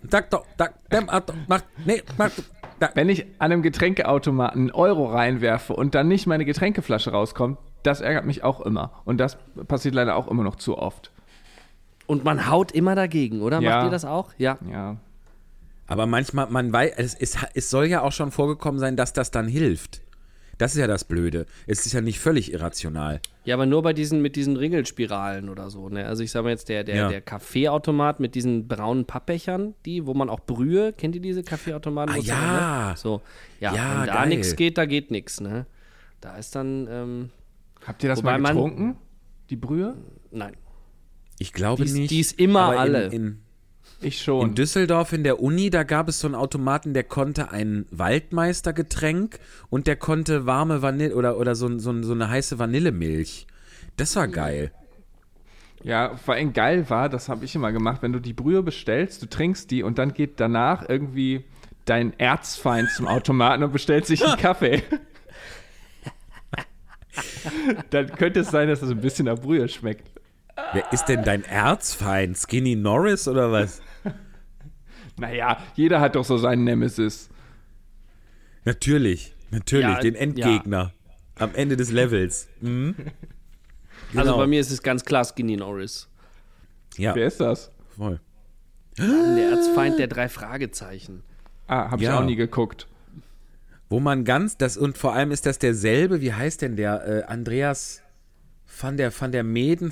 Wenn ich an einem Getränkeautomaten einen Euro reinwerfe und dann nicht meine Getränkeflasche rauskommt, das ärgert mich auch immer. Und das passiert leider auch immer noch zu oft. Und man haut immer dagegen, oder? Ja. Macht ihr das auch? Ja. Aber manchmal, man weiß, es soll ja auch schon vorgekommen sein, dass das dann hilft. Das ist ja das Blöde. Es ist ja nicht völlig irrational. Ja, aber nur mit diesen Ringelspiralen oder so. Ne? Also ich sage mal jetzt, der Kaffeeautomat mit diesen braunen Pappbechern, wo man auch Brühe, kennt ihr diese Kaffeeautomaten? Ja. So, ja, Ja, wenn da geil. nichts geht, da geht nichts. Ne? Da ist dann, Habt ihr das wobei mal getrunken? Die Brühe? nein. Ich glaube nicht. Die ist immer aber alle. Ich schon. In Düsseldorf in der Uni, da gab es so einen Automaten, der konnte ein Waldmeistergetränk und der konnte warme Vanille oder so eine heiße Vanillemilch. Das war geil. Ja, vor allem geil war, das habe ich immer gemacht, wenn du die Brühe bestellst, du trinkst die und dann geht danach irgendwie dein Erzfeind zum Automaten und bestellt sich einen Kaffee. Dann könnte es sein, dass es ein bisschen nach Brühe schmeckt. Wer ist denn dein Erzfeind? Skinny Norris oder was? Naja, jeder hat doch so seinen Nemesis. Natürlich, Ja, den Endgegner. Am Ende des Levels. Mhm. Also Genau. bei mir ist es ganz klar Skinny Norris. Ja, Wer ist das? voll. Der Erzfeind der 3 Fragezeichen. Ah, habe ich Ja. auch nie geguckt. Wo man und vor allem ist das derselbe, wie heißt denn der, Andreas van der Meeden,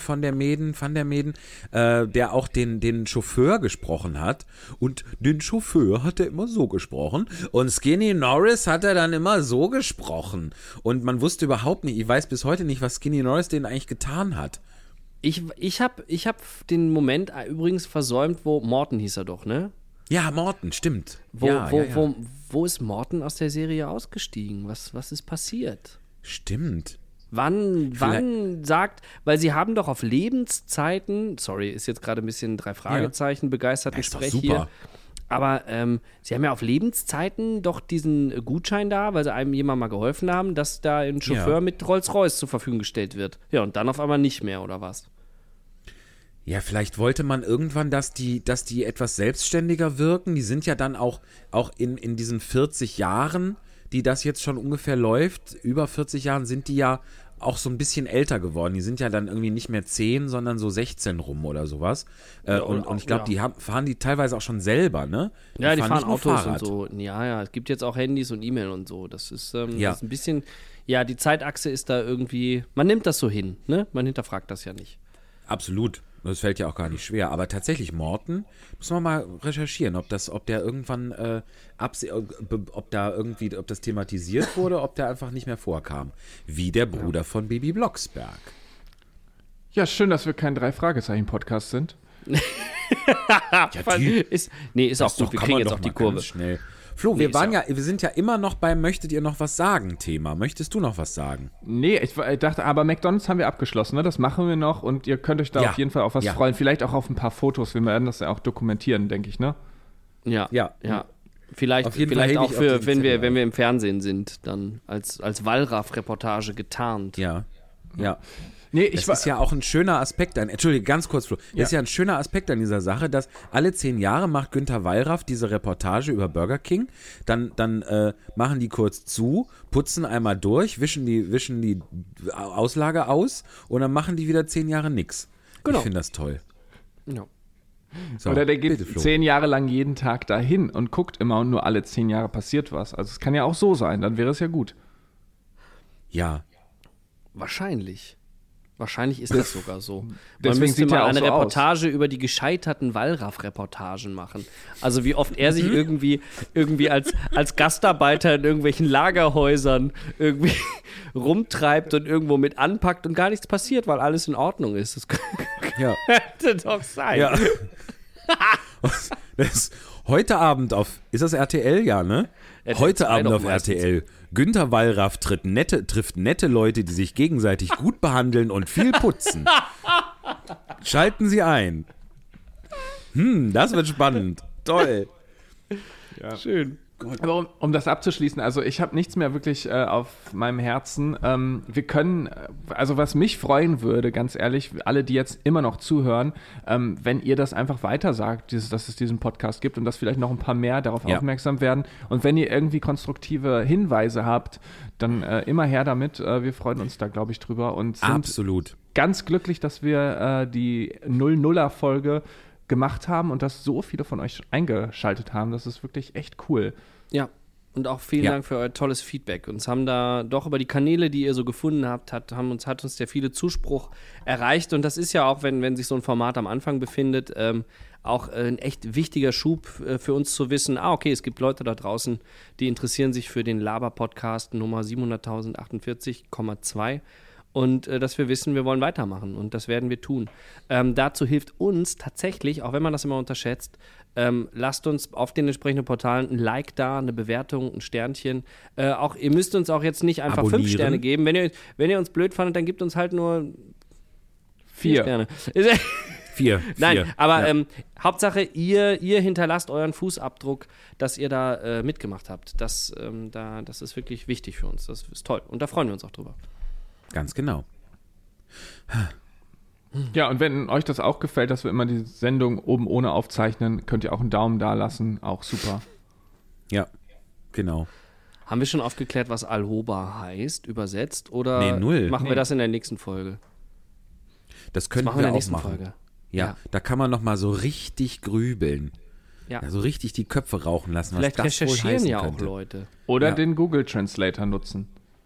der auch den Chauffeur gesprochen hat. Und den Chauffeur hat er immer so gesprochen. Und Skinny Norris hat er dann immer so gesprochen. Und man wusste überhaupt nicht, ich weiß bis heute nicht, was Skinny Norris denn eigentlich getan hat. Ich hab den Moment übrigens versäumt, wo Morten hieß er doch, ne? Ja, Morten, stimmt. Wo ist Morten aus der Serie ausgestiegen? Was ist passiert? Stimmt. Wann sagt, weil sie haben doch auf Lebenszeiten, sorry, ist jetzt gerade ein bisschen 3 Fragezeichen, begeisterten ist doch Sprech super. hier, aber sie haben ja auf Lebenszeiten doch diesen Gutschein da, weil sie einem jemand mal geholfen haben, dass da ein Chauffeur mit Rolls-Royce zur Verfügung gestellt wird. Ja, und dann auf einmal nicht mehr, oder was? Ja, vielleicht wollte man irgendwann, dass die etwas selbstständiger wirken. Die sind ja dann auch in diesen 40 Jahren, die das jetzt schon ungefähr läuft, über 40 Jahren sind die ja auch so ein bisschen älter geworden. Die sind ja dann irgendwie nicht mehr 10, sondern so 16 rum oder sowas. Und ich glaube, fahren die teilweise auch schon selber, ne? Ja, die fahren nicht nur Autos Fahrrad. und so. Ja, es gibt jetzt auch Handys und E-Mail und so. Das ist ein bisschen, ja, die Zeitachse ist da irgendwie, man nimmt das so hin, ne? Man hinterfragt das ja nicht. Absolut. Das fällt ja auch gar nicht schwer. Aber tatsächlich, Morten, müssen wir mal recherchieren, ob der irgendwann ob das thematisiert wurde, ob der einfach nicht mehr vorkam. Wie der Bruder von Bibi Blocksberg. Ja, schön, dass wir kein 3-Fragezeichen-Podcast sind. Ist auch gut, wir kriegen jetzt auch die Kurve. Schnell. Flo, wir sind ja immer noch beim Möchtet ihr noch was sagen Thema. Möchtest du noch was sagen? Nee, ich dachte, aber McDonald's haben wir abgeschlossen, ne? Das machen wir noch und ihr könnt euch da auf jeden Fall auf was freuen. Vielleicht auch auf ein paar Fotos. Wir werden das ja auch dokumentieren, denke ich, ne? Ja. Vielleicht Auf jeden Fall hebe auch ich für, auf den Zettel wenn wir im Fernsehen sind, dann als Wallraff-Reportage getarnt. Ja. Nee, Das ist ja auch ein schöner Aspekt Entschuldige, ganz kurz, Flo. Das ist ja ein schöner Aspekt an dieser Sache, dass alle 10 Jahre macht Günther Wallraff diese Reportage über Burger King, dann machen die kurz zu, putzen einmal durch, wischen die Auslage aus und dann machen die wieder 10 Jahre nix. Genau. Ich finde das toll. Ja. So, Oder der bitte, geht Flo. 10 Jahre lang jeden Tag dahin und guckt immer und nur alle 10 Jahre passiert was. Also es kann ja auch so sein, dann wäre es ja gut. Ja. Wahrscheinlich ist das sogar so. Man deswegen müsste sieht mal er auch eine so Reportage über die gescheiterten Wallraff-Reportagen machen. Also wie oft er sich irgendwie als Gastarbeiter in irgendwelchen Lagerhäusern irgendwie rumtreibt und irgendwo mit anpackt und gar nichts passiert, weil alles in Ordnung ist. Das Ja. könnte doch sein. Ja. Heute Abend ist das RTL, ja, ne? Heute 2 Abend doch auf meistens. RTL. Günther Wallraff trifft nette Leute, die sich gegenseitig gut behandeln und viel putzen. Schalten Sie ein. Das wird spannend. Toll. Schön. Aber um das abzuschließen, also ich habe nichts mehr wirklich auf meinem Herzen. Wir können, also was mich freuen würde, ganz ehrlich, alle, die jetzt immer noch zuhören, wenn ihr das einfach weiter sagt, dass es diesen Podcast gibt und dass vielleicht noch ein paar mehr darauf aufmerksam werden. Und wenn ihr irgendwie konstruktive Hinweise habt, dann immer her damit. Wir freuen uns da, glaube ich, drüber und sind Absolut. ganz glücklich, dass wir die 00er-Folge gemacht haben und dass so viele von euch eingeschaltet haben. Das ist wirklich echt cool. Ja. Und auch vielen Dank für euer tolles Feedback. Uns haben da doch über die Kanäle, die ihr so gefunden habt, hat uns der viele Zuspruch erreicht. Und das ist ja auch, wenn sich so ein Format am Anfang befindet, auch ein echt wichtiger Schub für uns zu wissen, okay, es gibt Leute da draußen, die interessieren sich für den Laber-Podcast Nummer 700.048,2 und dass wir wissen, wir wollen weitermachen und das werden wir tun. Dazu hilft uns tatsächlich, auch wenn man das immer unterschätzt, lasst uns auf den entsprechenden Portalen ein Like da, eine Bewertung, ein Sternchen. Ihr müsst uns auch jetzt nicht einfach Abonnieren. 5 Sterne geben. Wenn ihr uns blöd fandet, dann gebt uns halt nur 4 Sterne. 4. Nein, aber Hauptsache, ihr hinterlasst euren Fußabdruck, dass ihr da mitgemacht habt. Das ist wirklich wichtig für uns. Das ist toll. Und da freuen wir uns auch drüber. Ganz genau. Ja, und wenn euch das auch gefällt, dass wir immer die Sendung oben ohne aufzeichnen, könnt ihr auch einen Daumen da lassen. Auch super. Ja, genau. Haben wir schon aufgeklärt, was Alhoba heißt, übersetzt? Oder Nee, null. machen wir das in der nächsten Folge? Das können machen wir wir in der auch nächsten machen. Folge. Ja, da kann man noch mal so richtig grübeln. Ja. So richtig die Köpfe rauchen lassen, Vielleicht was das wohl recherchieren heißen ja auch könnte. Leute. Oder Ja. den Google Translator nutzen.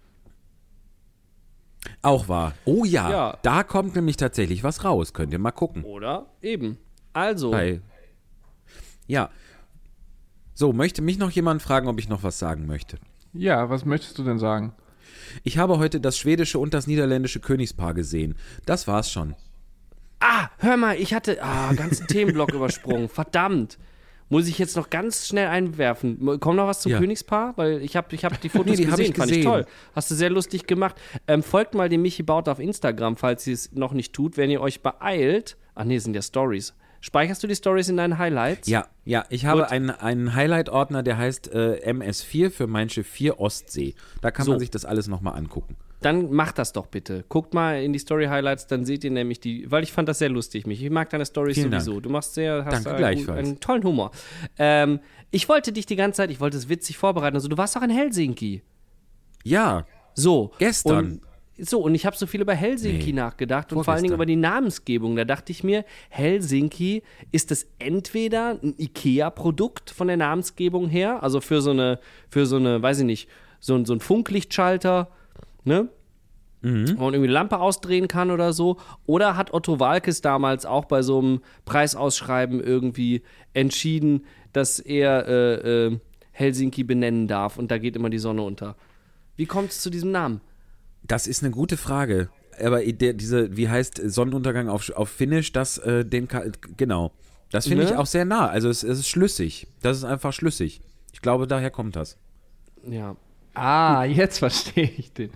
Auch wahr. Oh ja, Ja. da kommt nämlich tatsächlich was raus. Könnt ihr mal gucken. Oder? Eben. Also, Ja. So, möchte mich noch jemand fragen, ob ich noch was sagen möchte? Ja, was möchtest du denn sagen? Ich habe heute das schwedische und das niederländische Königspaar gesehen. Das war's schon. hör mal, ich hatte ganzen Themenblock übersprungen. Verdammt. Muss ich jetzt noch ganz schnell einwerfen? Kommt noch was zum Ja. Königspaar? Weil ich hab die Fotos Nee, die hab gesehen, ich fand ich gesehen. toll. Hast du sehr lustig gemacht. Folgt mal dem Michi Baut auf Instagram, falls ihr es noch nicht tut. Wenn ihr euch beeilt, sind ja Stories. Speicherst du die Stories in deinen Highlights? Ja, ich habe Gut. einen Highlight-Ordner, der heißt MS4 für Mein Schiff 4 Ostsee. Da kann man sich das alles nochmal angucken. Dann macht das doch bitte. Guckt mal in die Story-Highlights, dann seht ihr nämlich weil ich fand das sehr lustig, Michi. Ich mag deine Stories Vielen sowieso. Dank. Du hast Danke gleichfalls. einen tollen Humor. Ich wollte dich die ganze Zeit, ich wollte es witzig vorbereiten. Also du warst doch in Helsinki. Ja, So. Gestern. Und ich habe so viel über Helsinki nachgedacht und vor allen Dingen Vorgestern. über die Namensgebung. Da dachte ich mir, Helsinki, ist das entweder ein Ikea-Produkt von der Namensgebung her, also für so eine, weiß ich nicht, so ein Funklichtschalter, ne? Wo man irgendwie eine Lampe ausdrehen kann oder so. Oder hat Otto Waalkes damals auch bei so einem Preisausschreiben irgendwie entschieden, dass er Helsinki benennen darf und da geht immer die Sonne unter. Wie kommt es zu diesem Namen? das ist eine gute Frage. Aber wie heißt Sonnenuntergang auf Finnisch, genau. Das finde ich Ne? auch sehr nah. Also es ist schlüssig. Das ist einfach schlüssig. Ich glaube, daher kommt das. Ja. Jetzt verstehe ich den.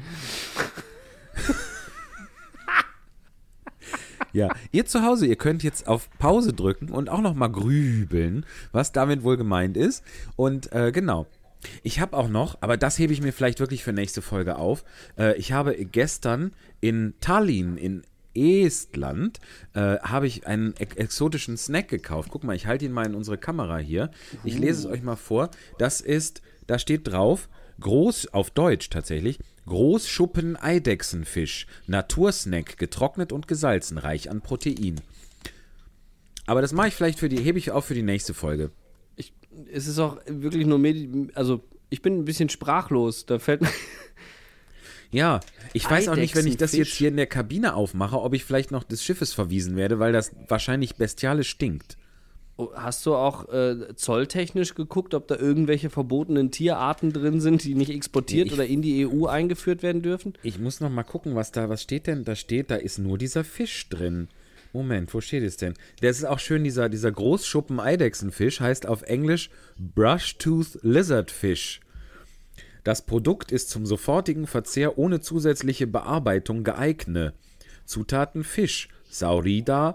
Ja, ihr zu Hause, ihr könnt jetzt auf Pause drücken und auch noch mal grübeln, was damit wohl gemeint ist. Und genau. Ich habe auch noch, aber das hebe ich mir vielleicht wirklich für nächste Folge auf. Ich habe gestern in Tallinn in Estland habe ich einen exotischen Snack gekauft. Guck mal, ich halte ihn mal in unsere Kamera hier. Ich lese es euch mal vor. Da steht drauf, auf Deutsch tatsächlich, Großschuppen-Eidechsenfisch, Natursnack, getrocknet und gesalzen, reich an Protein. Aber das mache ich vielleicht hebe ich auf für die nächste Folge. Es ist auch wirklich nur also ich bin ein bisschen sprachlos. Da fällt mir. Ja, ich weiß auch nicht, wenn ich das jetzt Eidechsenfisch. hier in der Kabine aufmache, ob ich vielleicht noch des Schiffes verwiesen werde, weil das wahrscheinlich bestialisch stinkt. Hast du auch zolltechnisch geguckt, ob da irgendwelche verbotenen Tierarten drin sind, die nicht exportiert Nee, oder in die EU eingeführt werden dürfen? Ich muss noch mal gucken, was steht denn? Da ist nur dieser Fisch drin. Moment, wo steht es denn? Das ist auch schön, dieser Großschuppen-Eidechsenfisch heißt auf Englisch Brushtooth Lizardfish. Das Produkt ist zum sofortigen Verzehr ohne zusätzliche Bearbeitung geeignet. Zutaten Fisch, Saurida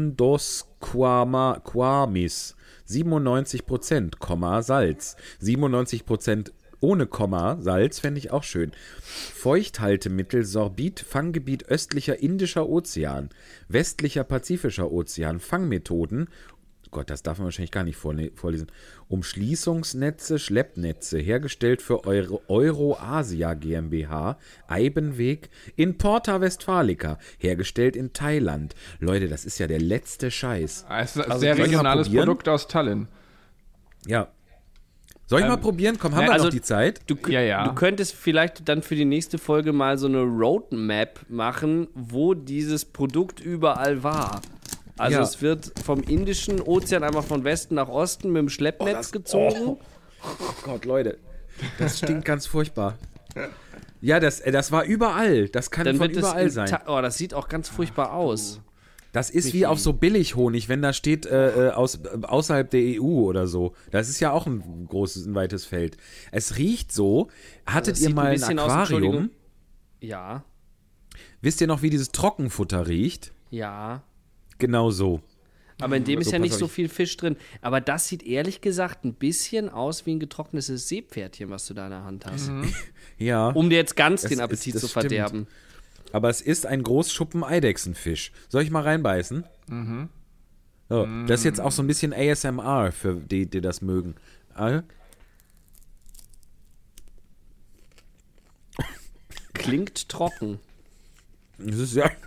undosquamis, 97%, Salz, 97% ohne Komma, Salz fände ich auch schön. Feuchthaltemittel Sorbit, Fanggebiet östlicher Indischer Ozean, westlicher Pazifischer Ozean, Fangmethoden, Gott, das darf man wahrscheinlich gar nicht vorlesen, Umschließungsnetze, Schleppnetze, hergestellt für Euroasia GmbH, Eibenweg, in Porta Westfalica, hergestellt in Thailand. Leute, das ist ja der letzte Scheiß. Es ist ein Also, sehr soll ich mal regionales probieren? Produkt aus Tallinn. Ja. Soll ich mal probieren? Komm, haben wir noch die Zeit? Du könntest vielleicht dann für die nächste Folge mal so eine Roadmap machen, wo dieses Produkt überall war. Also es wird vom Indischen Ozean einfach von Westen nach Osten mit dem Schleppnetz gezogen. Oh Gott, Leute. Das stinkt ganz furchtbar. Ja, das war überall. Das kann dann von überall sein. Das sieht auch ganz furchtbar aus. Das ist wie auf so Billighonig, wenn da steht außerhalb der EU oder so. Das ist ja auch ein weites Feld. Es riecht so. Hattet ihr mal ein Aquarium? Ja. Wisst ihr noch, wie dieses Trockenfutter riecht? Ja. Genau so. Aber in dem ist ja nicht so viel Fisch drin. Aber das sieht ehrlich gesagt ein bisschen aus wie ein getrocknetes Seepferdchen, was du da in der Hand hast. Ja. Um dir jetzt ganz den Appetit zu verderben. Aber es ist ein Großschuppen Eidechsenfisch. Soll ich mal reinbeißen? So, das ist jetzt auch so ein bisschen ASMR für die das mögen. Klingt trocken. Es ist sehr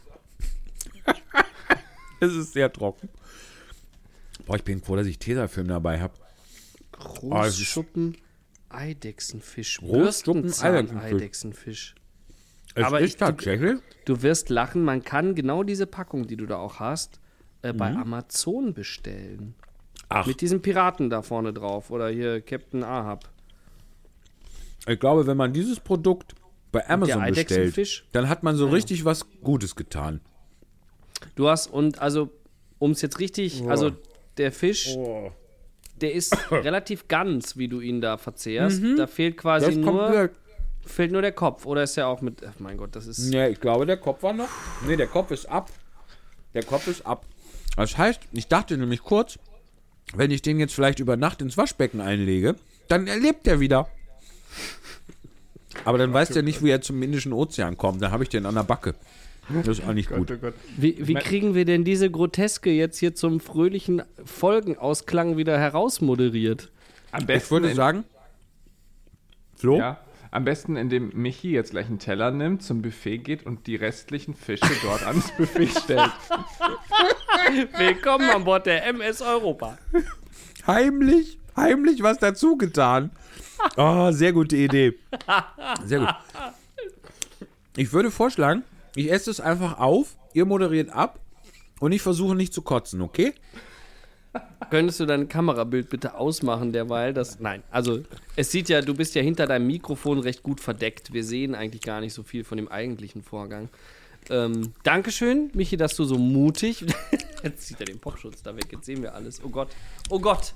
es ist sehr trocken. Boah, ich bin froh, dass ich Tesafilm dabei habe. Großschuppen Eidechsenfisch. Großschuppen Eidechsenfisch. Aber tatsächlich. Du wirst lachen, man kann genau diese Packung, die du da auch hast, bei Amazon bestellen. Ach. Mit diesem Piraten da vorne drauf. Oder hier Captain Ahab. Ich glaube, wenn man dieses Produkt bei Amazon bestellt, dann hat man so richtig was Gutes getan. Du hast, und also, um es jetzt richtig, also der Fisch, der ist relativ ganz, wie du ihn da verzehrst. Da fehlt quasi fehlt nur der Kopf. Oder ist der auch mit, ach mein Gott, das ist... Nee, ich glaube, der Kopf war noch. Nee, der Kopf ist ab. Der Kopf ist ab. Das heißt, ich dachte nämlich kurz, wenn ich den jetzt vielleicht über Nacht ins Waschbecken einlege, dann lebt der wieder. Aber dann weiß der nicht, wie er zum Indischen Ozean kommt. Dann habe ich den an der Backe. Das ist auch nicht gut. Wie kriegen wir denn diese Groteske jetzt hier zum fröhlichen Folgenausklang wieder herausmoderiert? Am besten ich würde sagen, Flo? Ja, am besten, indem Michi jetzt gleich einen Teller nimmt, zum Buffet geht und die restlichen Fische dort ans Buffet stellt. Willkommen an Bord der MS Europa. Heimlich was dazu getan. Oh, sehr gute Idee. Sehr gut. Ich würde vorschlagen, ich esse es einfach auf, ihr moderiert ab und ich versuche nicht zu kotzen, okay? Könntest du dein Kamerabild bitte ausmachen derweil? Nein, also es sieht ja, du bist ja hinter deinem Mikrofon recht gut verdeckt. Wir sehen eigentlich gar nicht so viel von dem eigentlichen Vorgang. Dankeschön, Michi, dass du so mutig... Jetzt zieht er den Popschutz da weg, jetzt sehen wir alles. Oh Gott, oh Gott.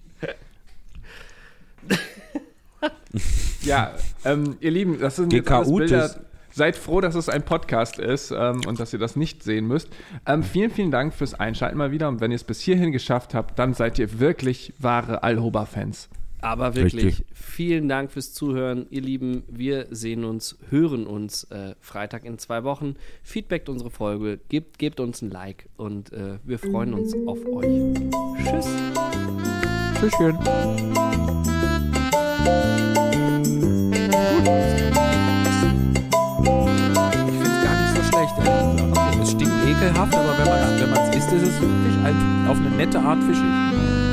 Ja, ihr Lieben, das sind jetzt alles Bilder. Seid froh, dass es ein Podcast ist und dass ihr das nicht sehen müsst. Vielen, vielen Dank fürs Einschalten mal wieder. Und wenn ihr es bis hierhin geschafft habt, dann seid ihr wirklich wahre Alhoba-Fans. Aber wirklich, Richtig. Vielen Dank fürs Zuhören. Ihr Lieben, wir hören uns Freitag in 2 Wochen. Feedbackt unsere Folge, gebt uns ein Like und wir freuen uns auf euch. Tschüss. Tschüsschen. Es stinkt ekelhaft, aber wenn man es isst, ist es wirklich auf eine nette Art fischig.